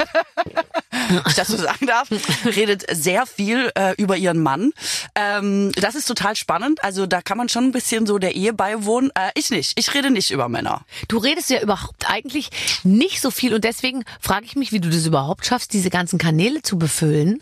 wenn ich das so sagen darf, redet sehr viel über ihren Mann. Das ist total spannend. Also da kann man schon ein bisschen so der Ehe beiwohnen. Ich nicht. Ich rede nicht über Männer. Du redest ja überhaupt eigentlich nicht so viel und deswegen frage ich mich, wie du das überhaupt schaffst, diese ganzen Kanäle zu befüllen,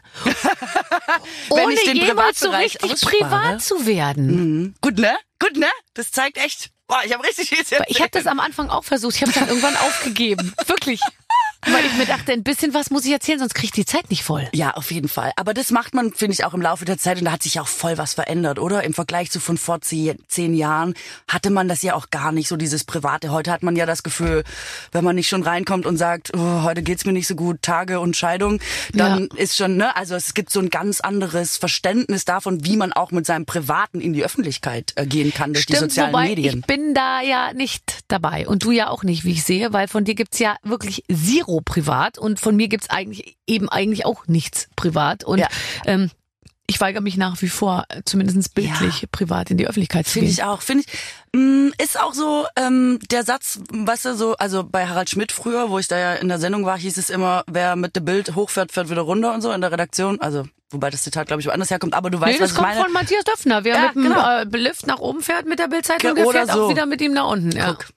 Wenn ohne ich den jemals so Privatbereich richtig ausspare. privat zu werden. Gut, ne? Das zeigt echt. Boah, ich habe richtig viel zu Ich habe das am Anfang auch versucht, ich habe dann irgendwann aufgegeben. Wirklich. Weil ich mir dachte, ein bisschen was muss ich erzählen, sonst kriege ich die Zeit nicht voll. Ja, auf jeden Fall. Aber das macht man, finde ich, auch im Laufe der Zeit. Und da hat sich auch voll was verändert, oder? Im Vergleich zu von vor 10 Jahren hatte man das ja auch gar nicht, so dieses Private. Heute hat man ja das Gefühl, wenn man nicht schon reinkommt und sagt, oh, heute geht's mir nicht so gut, Tage und Scheidung, dann ist schon, ne? Also es gibt so ein ganz anderes Verständnis davon, wie man auch mit seinem Privaten in die Öffentlichkeit gehen kann durch die sozialen wobei Medien. ich bin da ja nicht dabei und du ja auch nicht, wie ich sehe, weil von dir gibt's ja wirklich zero privat und von mir gibt's eigentlich auch nichts privat und Ja. ich weigere mich nach wie vor, zumindest bildlich privat in die Öffentlichkeit zu Finde gehen. ich auch. Ist auch so der Satz, weißt du, so, also bei Harald Schmidt früher, wo ich da ja in der Sendung war, hieß es immer, wer mit dem Bild hochfährt, fährt wieder runter und so in der Redaktion. Also, wobei das Zitat, glaube ich, woanders herkommt, aber du weißt, Nee, was das ich kommt meine. von Matthias Döpfner. Wer Ja, mit dem genau. Lift nach oben fährt mit der Bildzeitung, Oder der fährt so. auch wieder mit ihm nach unten. Ja. Guck.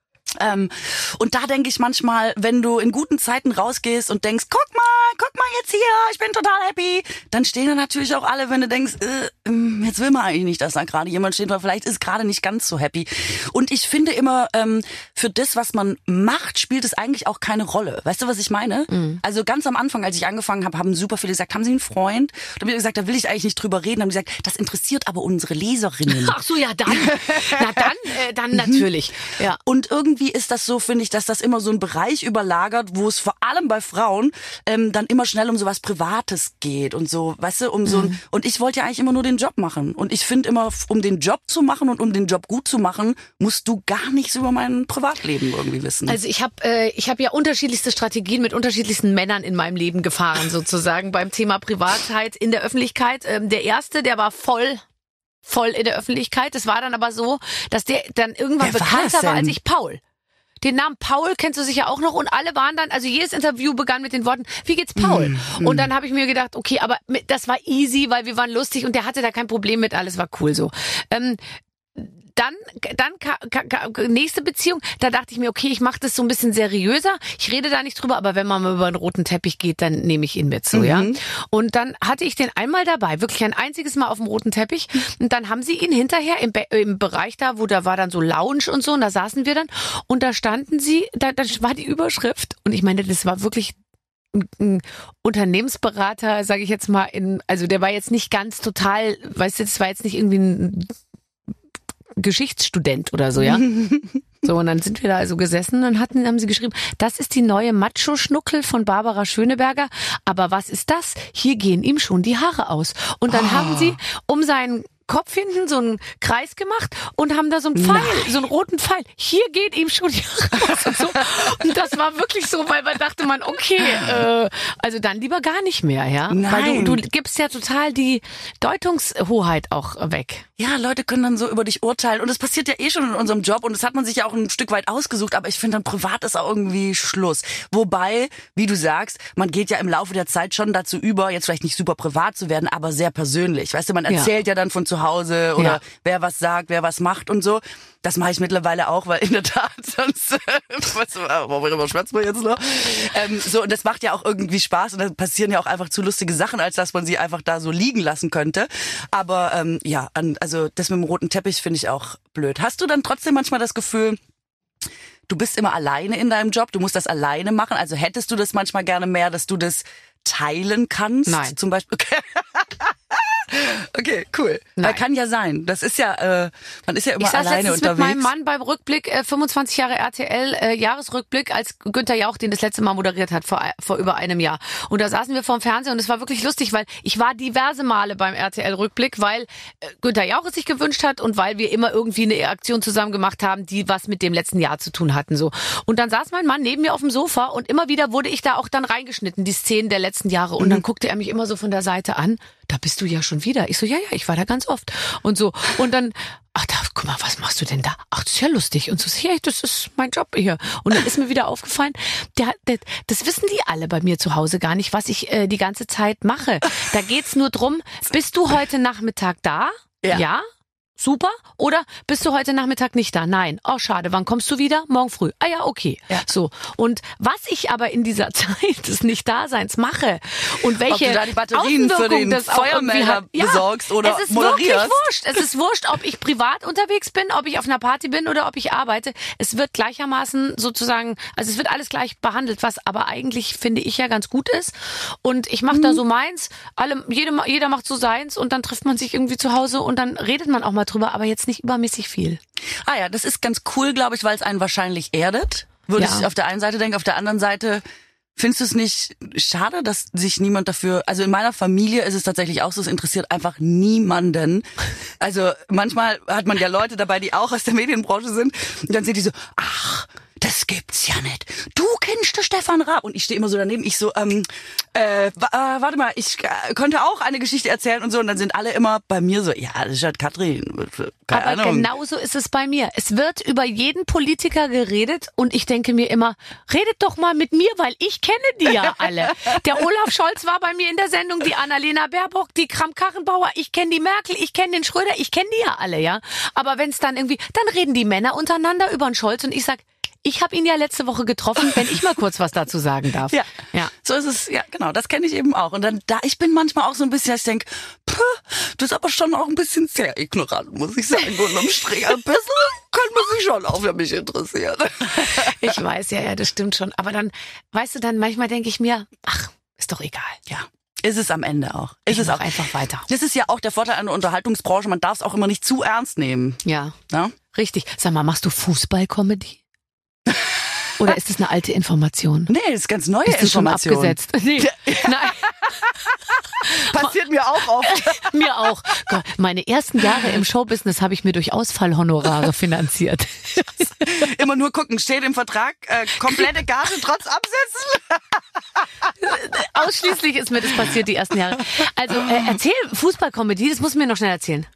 Und da denke ich manchmal, wenn du in guten Zeiten rausgehst und denkst, guck mal jetzt hier, ich bin total happy, dann stehen da natürlich auch alle, wenn du denkst, jetzt will man eigentlich nicht, dass da gerade jemand steht, weil vielleicht ist gerade nicht ganz so happy. Und ich finde immer, für das, was man macht, spielt es eigentlich auch keine Rolle. Weißt du, was ich meine? Also ganz am Anfang, als ich angefangen habe, haben super viele gesagt, haben Sie einen Freund? Da habe ich gesagt, da will ich eigentlich nicht drüber reden. Da haben die gesagt, das interessiert aber unsere Leserinnen. Ach so, ja dann. Na dann natürlich. Ja. Und irgendwie ist das so, finde ich, dass das immer so ein Bereich überlagert, wo es vor allem bei Frauen dann immer schnell um sowas Privates geht und so, weißt du, um so ein, und ich wollte ja eigentlich immer nur den Job machen. Und ich finde immer, um den Job zu machen und um den Job gut zu machen, musst du gar nichts über mein Privatleben irgendwie wissen. Also ich habe ja unterschiedlichste Strategien mit unterschiedlichsten Männern in meinem Leben gefahren, sozusagen, beim Thema Privatheit in der Öffentlichkeit. Der erste, der war voll in der Öffentlichkeit. Das war dann aber so, dass der dann irgendwann Wer war bekannter das war als denn? ich, Paul. Den Namen Paul kennst du sicher auch noch und alle waren dann, also jedes Interview begann mit den Worten, wie geht's Paul? Und dann habe ich mir gedacht, okay, aber das war easy, weil wir waren lustig und der hatte da kein Problem mit, alles war cool so. nächste Beziehung, da dachte ich mir, okay, ich mache das so ein bisschen seriöser. Ich rede da nicht drüber, aber wenn man mal über einen roten Teppich geht, dann nehme ich ihn mit, so, ja. Und dann hatte ich den einmal dabei, wirklich ein einziges Mal auf dem roten Teppich. Und dann haben sie ihn hinterher im Bereich da, wo da war dann so Lounge und so, und da saßen wir dann und da standen sie, da war die Überschrift. Und ich meine, das war wirklich ein Unternehmensberater, sage ich jetzt mal, also der war jetzt nicht ganz total, weißt du, das war jetzt nicht irgendwie ein Geschichtsstudent oder so, ja. So, und dann sind wir da also gesessen und haben sie geschrieben, das ist die neue Macho-Schnuckel von Barbara Schöneberger. Aber was ist das? Hier gehen ihm schon die Haare aus. Und dann haben sie um seinen Kopf hinten so einen Kreis gemacht und haben da so einen Pfeil, so einen roten Pfeil. Hier geht ihm schon die Haare aus und so. Und das war wirklich so, weil man dachte okay, also dann lieber gar nicht mehr, ja. Nein. Weil du gibst ja total die Deutungshoheit auch weg. Ja, Leute können dann so über dich urteilen und das passiert ja eh schon in unserem Job und das hat man sich ja auch ein Stück weit ausgesucht, aber ich finde dann privat ist auch irgendwie Schluss. Wobei, wie du sagst, man geht ja im Laufe der Zeit schon dazu über, jetzt vielleicht nicht super privat zu werden, aber sehr persönlich. Weißt du, man erzählt ja dann von zu Hause oder wer was sagt, wer was macht und so. Das mache ich mittlerweile auch, weil in der Tat sonst, worüber schwätzen wir jetzt noch? So, und das macht ja auch irgendwie Spaß und da passieren ja auch einfach zu lustige Sachen, als dass man sie einfach da so liegen lassen könnte. Aber also das mit dem roten Teppich finde ich auch blöd. Hast du dann trotzdem manchmal das Gefühl, du bist immer alleine in deinem Job, du musst das alleine machen? Also hättest du das manchmal gerne mehr, dass du das teilen kannst? Nein. Zum Beispiel. Okay, cool. Nein. Weil kann ja sein. Das ist ja, man ist ja immer Ich saß alleine letztens unterwegs. mit meinem Mann beim Rückblick, 25 Jahre RTL, Jahresrückblick, als Günther Jauch den das letzte Mal moderiert hat, vor über einem Jahr. Und da saßen wir vorm Fernseher und es war wirklich lustig, weil ich war diverse Male beim RTL-Rückblick, weil Günther Jauch es sich gewünscht hat und weil wir immer irgendwie eine Aktion zusammen gemacht haben, die was mit dem letzten Jahr zu tun hatten, so. Und dann saß mein Mann neben mir auf dem Sofa und immer wieder wurde ich da auch dann reingeschnitten, die Szenen der letzten Jahre. Und dann guckte er mich immer so von der Seite an. Da bist du ja schon wieder. Ich so, ja, ich war da ganz oft. Und so. Und dann, guck mal, was machst du denn da? Ach, das ist ja lustig. Und so, ja, das ist mein Job hier. Und dann ist mir wieder aufgefallen, das wissen die alle bei mir zu Hause gar nicht, was ich die ganze Zeit mache. Da geht's nur drum, bist du heute Nachmittag da? Ja. Super. Oder bist du heute Nachmittag nicht da? Nein. Oh, schade. Wann kommst du wieder? Morgen früh. Ah ja, okay. Ja. So. Und was ich aber in dieser Zeit des Nichtdaseins mache und welche ob du da die Batterien für den Feuermelder besorgst oder es ist moderierst. Wirklich wurscht. Es ist wurscht, ob ich privat unterwegs bin, ob ich auf einer Party bin oder ob ich arbeite. Es wird gleichermaßen sozusagen, also es wird alles gleich behandelt, was aber eigentlich, finde ich, ja ganz gut ist. Und ich mache da so meins. Jeder macht so seins und dann trifft man sich irgendwie zu Hause und dann redet man auch mal drüber, aber jetzt nicht übermäßig viel. Ah ja, das ist ganz cool, glaube ich, weil es einen wahrscheinlich erdet. Würde ich auf der einen Seite denken, auf der anderen Seite findest du es nicht schade, dass sich niemand dafür, also in meiner Familie ist es tatsächlich auch so, es interessiert einfach niemanden. Also manchmal hat man ja Leute dabei, die auch aus der Medienbranche sind und dann sind die so, ach, das gibt's ja nicht. Du kennst den Stefan Raab. Und ich stehe immer so daneben, ich so, warte mal, ich konnte auch eine Geschichte erzählen und so. Und dann sind alle immer bei mir so, ja, das ist halt Katrin. Keine Aber Ahnung. genauso ist es bei mir. Es wird über jeden Politiker geredet und ich denke mir immer, redet doch mal mit mir, weil ich kenne die ja alle. Der Olaf Scholz war bei mir in der Sendung, die Annalena Baerbock, die Kramp-Karrenbauer, ich kenne die Merkel, ich kenne den Schröder, ich kenne die ja alle, ja. Aber wenn es dann irgendwie, dann reden die Männer untereinander über den Scholz und ich sag, ich habe ihn ja letzte Woche getroffen, wenn ich mal kurz was dazu sagen darf. Ja, so ist es. Ja, genau, das kenne ich eben auch. Und dann, ich bin manchmal auch so ein bisschen, ich denke, das ist aber schon auch ein bisschen sehr ignorant, muss ich sagen. Unterm Strich ein bisschen kann man sich schon auch für mich interessieren. Ich weiß, ja, das stimmt schon. Aber dann, weißt du, dann manchmal denke ich mir, ach, ist doch egal. Ja. Ist es am Ende auch. Ist es auch einfach weiter. Das ist ja auch der Vorteil an der Unterhaltungsbranche, man darf es auch immer nicht zu ernst nehmen. Ja, richtig. Sag mal, machst du Fußball-Comedy? Oder ist das eine alte Information? Nee, das ist ganz neue ist Information. Schon abgesetzt? Nee. Nein. Passiert mir auch oft. Mir auch. Gott, meine ersten Jahre im Showbusiness habe ich mir durch Ausfallhonorare finanziert. Immer nur gucken, steht im Vertrag, komplette Gage trotz Absetzen. Ausschließlich ist mir das passiert, die ersten Jahre. Also erzähl Fußball-Comedy, das musst du mir noch schnell erzählen.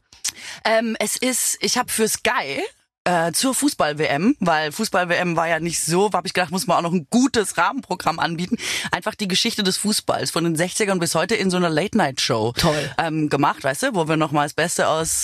Ich habe für Sky zur Fußball-WM, weil Fußball-WM war ja nicht so, habe ich gedacht, muss man auch noch ein gutes Rahmenprogramm anbieten. Einfach die Geschichte des Fußballs von den 60ern bis heute in so einer Late-Night-Show Toll. Gemacht, weißt du, wo wir nochmal das Beste aus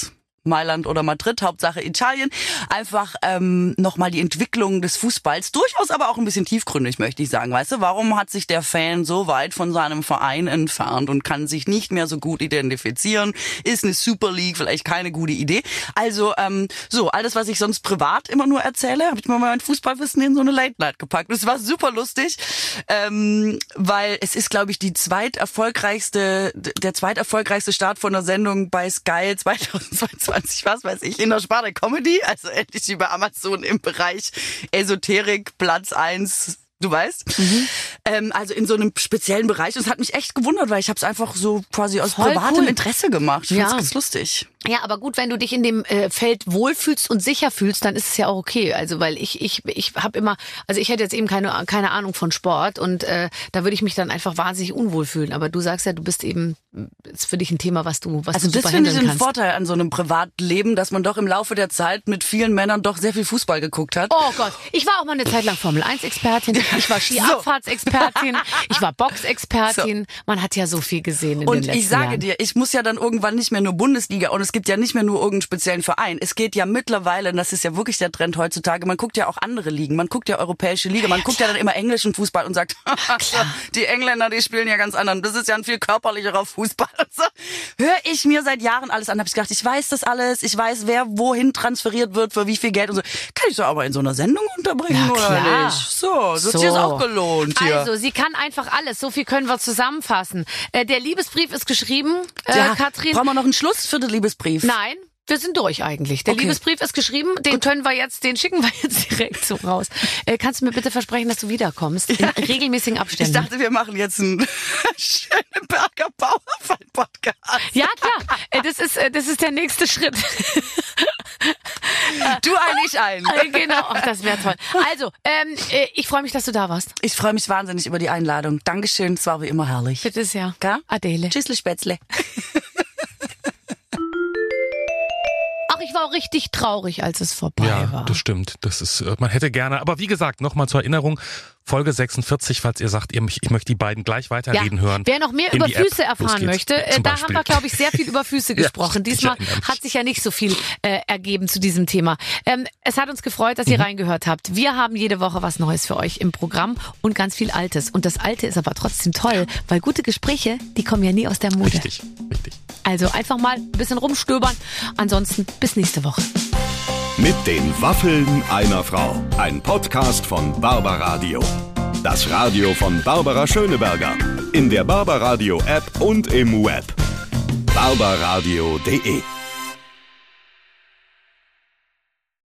Mailand oder Madrid, Hauptsache Italien. Einfach nochmal die Entwicklung des Fußballs, durchaus aber auch ein bisschen tiefgründig, möchte ich sagen. Weißt du, warum hat sich der Fan so weit von seinem Verein entfernt und kann sich nicht mehr so gut identifizieren? Ist eine Super League vielleicht keine gute Idee? Also so, alles, was ich sonst privat immer nur erzähle, habe ich mal mein Fußballwissen in so eine Late Night gepackt. Das war super lustig, weil es ist, glaube ich, der zweiterfolgreichste Start von einer Sendung bei Sky 2022, was weiß ich, in der Sparte Comedy, also endlich wie bei Amazon im Bereich Esoterik, Platz 1. Du weißt? Also in so einem speziellen Bereich. Und es hat mich echt gewundert, weil ich habe es einfach so quasi aus privatem Interesse gemacht. Ich find's ganz lustig. Ja, aber gut, wenn du dich in dem Feld wohlfühlst und sicher fühlst, dann ist es ja auch okay. Also weil ich habe immer, also ich hätte jetzt eben keine Ahnung von Sport und da würde ich mich dann einfach wahnsinnig unwohl fühlen. Aber du sagst ja, du bist eben, ist für dich ein Thema, was du super handeln kannst. Also das finde ich einen Vorteil an so einem Privatleben, dass man doch im Laufe der Zeit mit vielen Männern doch sehr viel Fußball geguckt hat. Oh Gott, ich war auch mal eine Zeit lang Formel-1-Expertin, ich war Skiabfahrtsexpertin, ich war Boxexpertin. Man hat ja so viel gesehen in den letzten Jahren. Und ich sage dir, ich muss ja dann irgendwann nicht mehr nur Bundesliga und es gibt ja nicht mehr nur irgendeinen speziellen Verein. Es geht ja mittlerweile, und das ist ja wirklich der Trend heutzutage, man guckt ja auch andere Ligen, man guckt ja europäische Liga, man guckt ja dann immer englischen Fußball und sagt, die Engländer, die spielen ja ganz anderen. Das ist ja ein viel körperlicherer Fußball. So. Höre ich mir seit Jahren alles an, habe ich gedacht, ich weiß das alles, ich weiß, wer wohin transferiert wird, für wie viel Geld und so. Kann ich so aber in so einer Sendung unterbringen oder nicht? So, das ist auch gelohnt hier. Also, sie kann einfach alles. So viel können wir zusammenfassen. Der Liebesbrief ist geschrieben, Katrin. Brauchen wir noch einen Schluss für den Liebesbrief? Nein. Wir sind durch eigentlich. Der Liebesbrief ist geschrieben, den schicken wir jetzt direkt so raus. Kannst du mir bitte versprechen, dass du wiederkommst? In regelmäßigen Abständen. Ich dachte, wir machen jetzt einen Schöneberger Bauernfall-Podcast. Ja, klar. Das ist der nächste Schritt. Du ein, ich ein. Genau, ach, das wäre toll. Also, ich freue mich, dass du da warst. Ich freue mich wahnsinnig über die Einladung. Dankeschön, es war wie immer herrlich. Bitte sehr. Gell? Adele. Tschüssle Spätzle. Ach, ich war auch richtig traurig, als es vorbei war. Ja, das stimmt. Das ist, man hätte gerne, aber wie gesagt, nochmal zur Erinnerung, Folge 46, falls ihr sagt, ich möchte die beiden gleich weiterreden hören. Wer noch mehr über Füße erfahren möchte, da haben wir, glaube ich, sehr viel über Füße gesprochen. Diesmal hat sich ja nicht so viel ergeben zu diesem Thema. Es hat uns gefreut, dass ihr reingehört habt. Wir haben jede Woche was Neues für euch im Programm und ganz viel Altes. Und das Alte ist aber trotzdem toll, weil gute Gespräche, die kommen ja nie aus der Mode. Richtig. Also einfach mal ein bisschen rumstöbern. Ansonsten bis nächste Woche. Mit den Waffeln einer Frau. Ein Podcast von Barbaradio. Das Radio von Barbara Schöneberger. In der Barbaradio App und im Web. barbaradio.de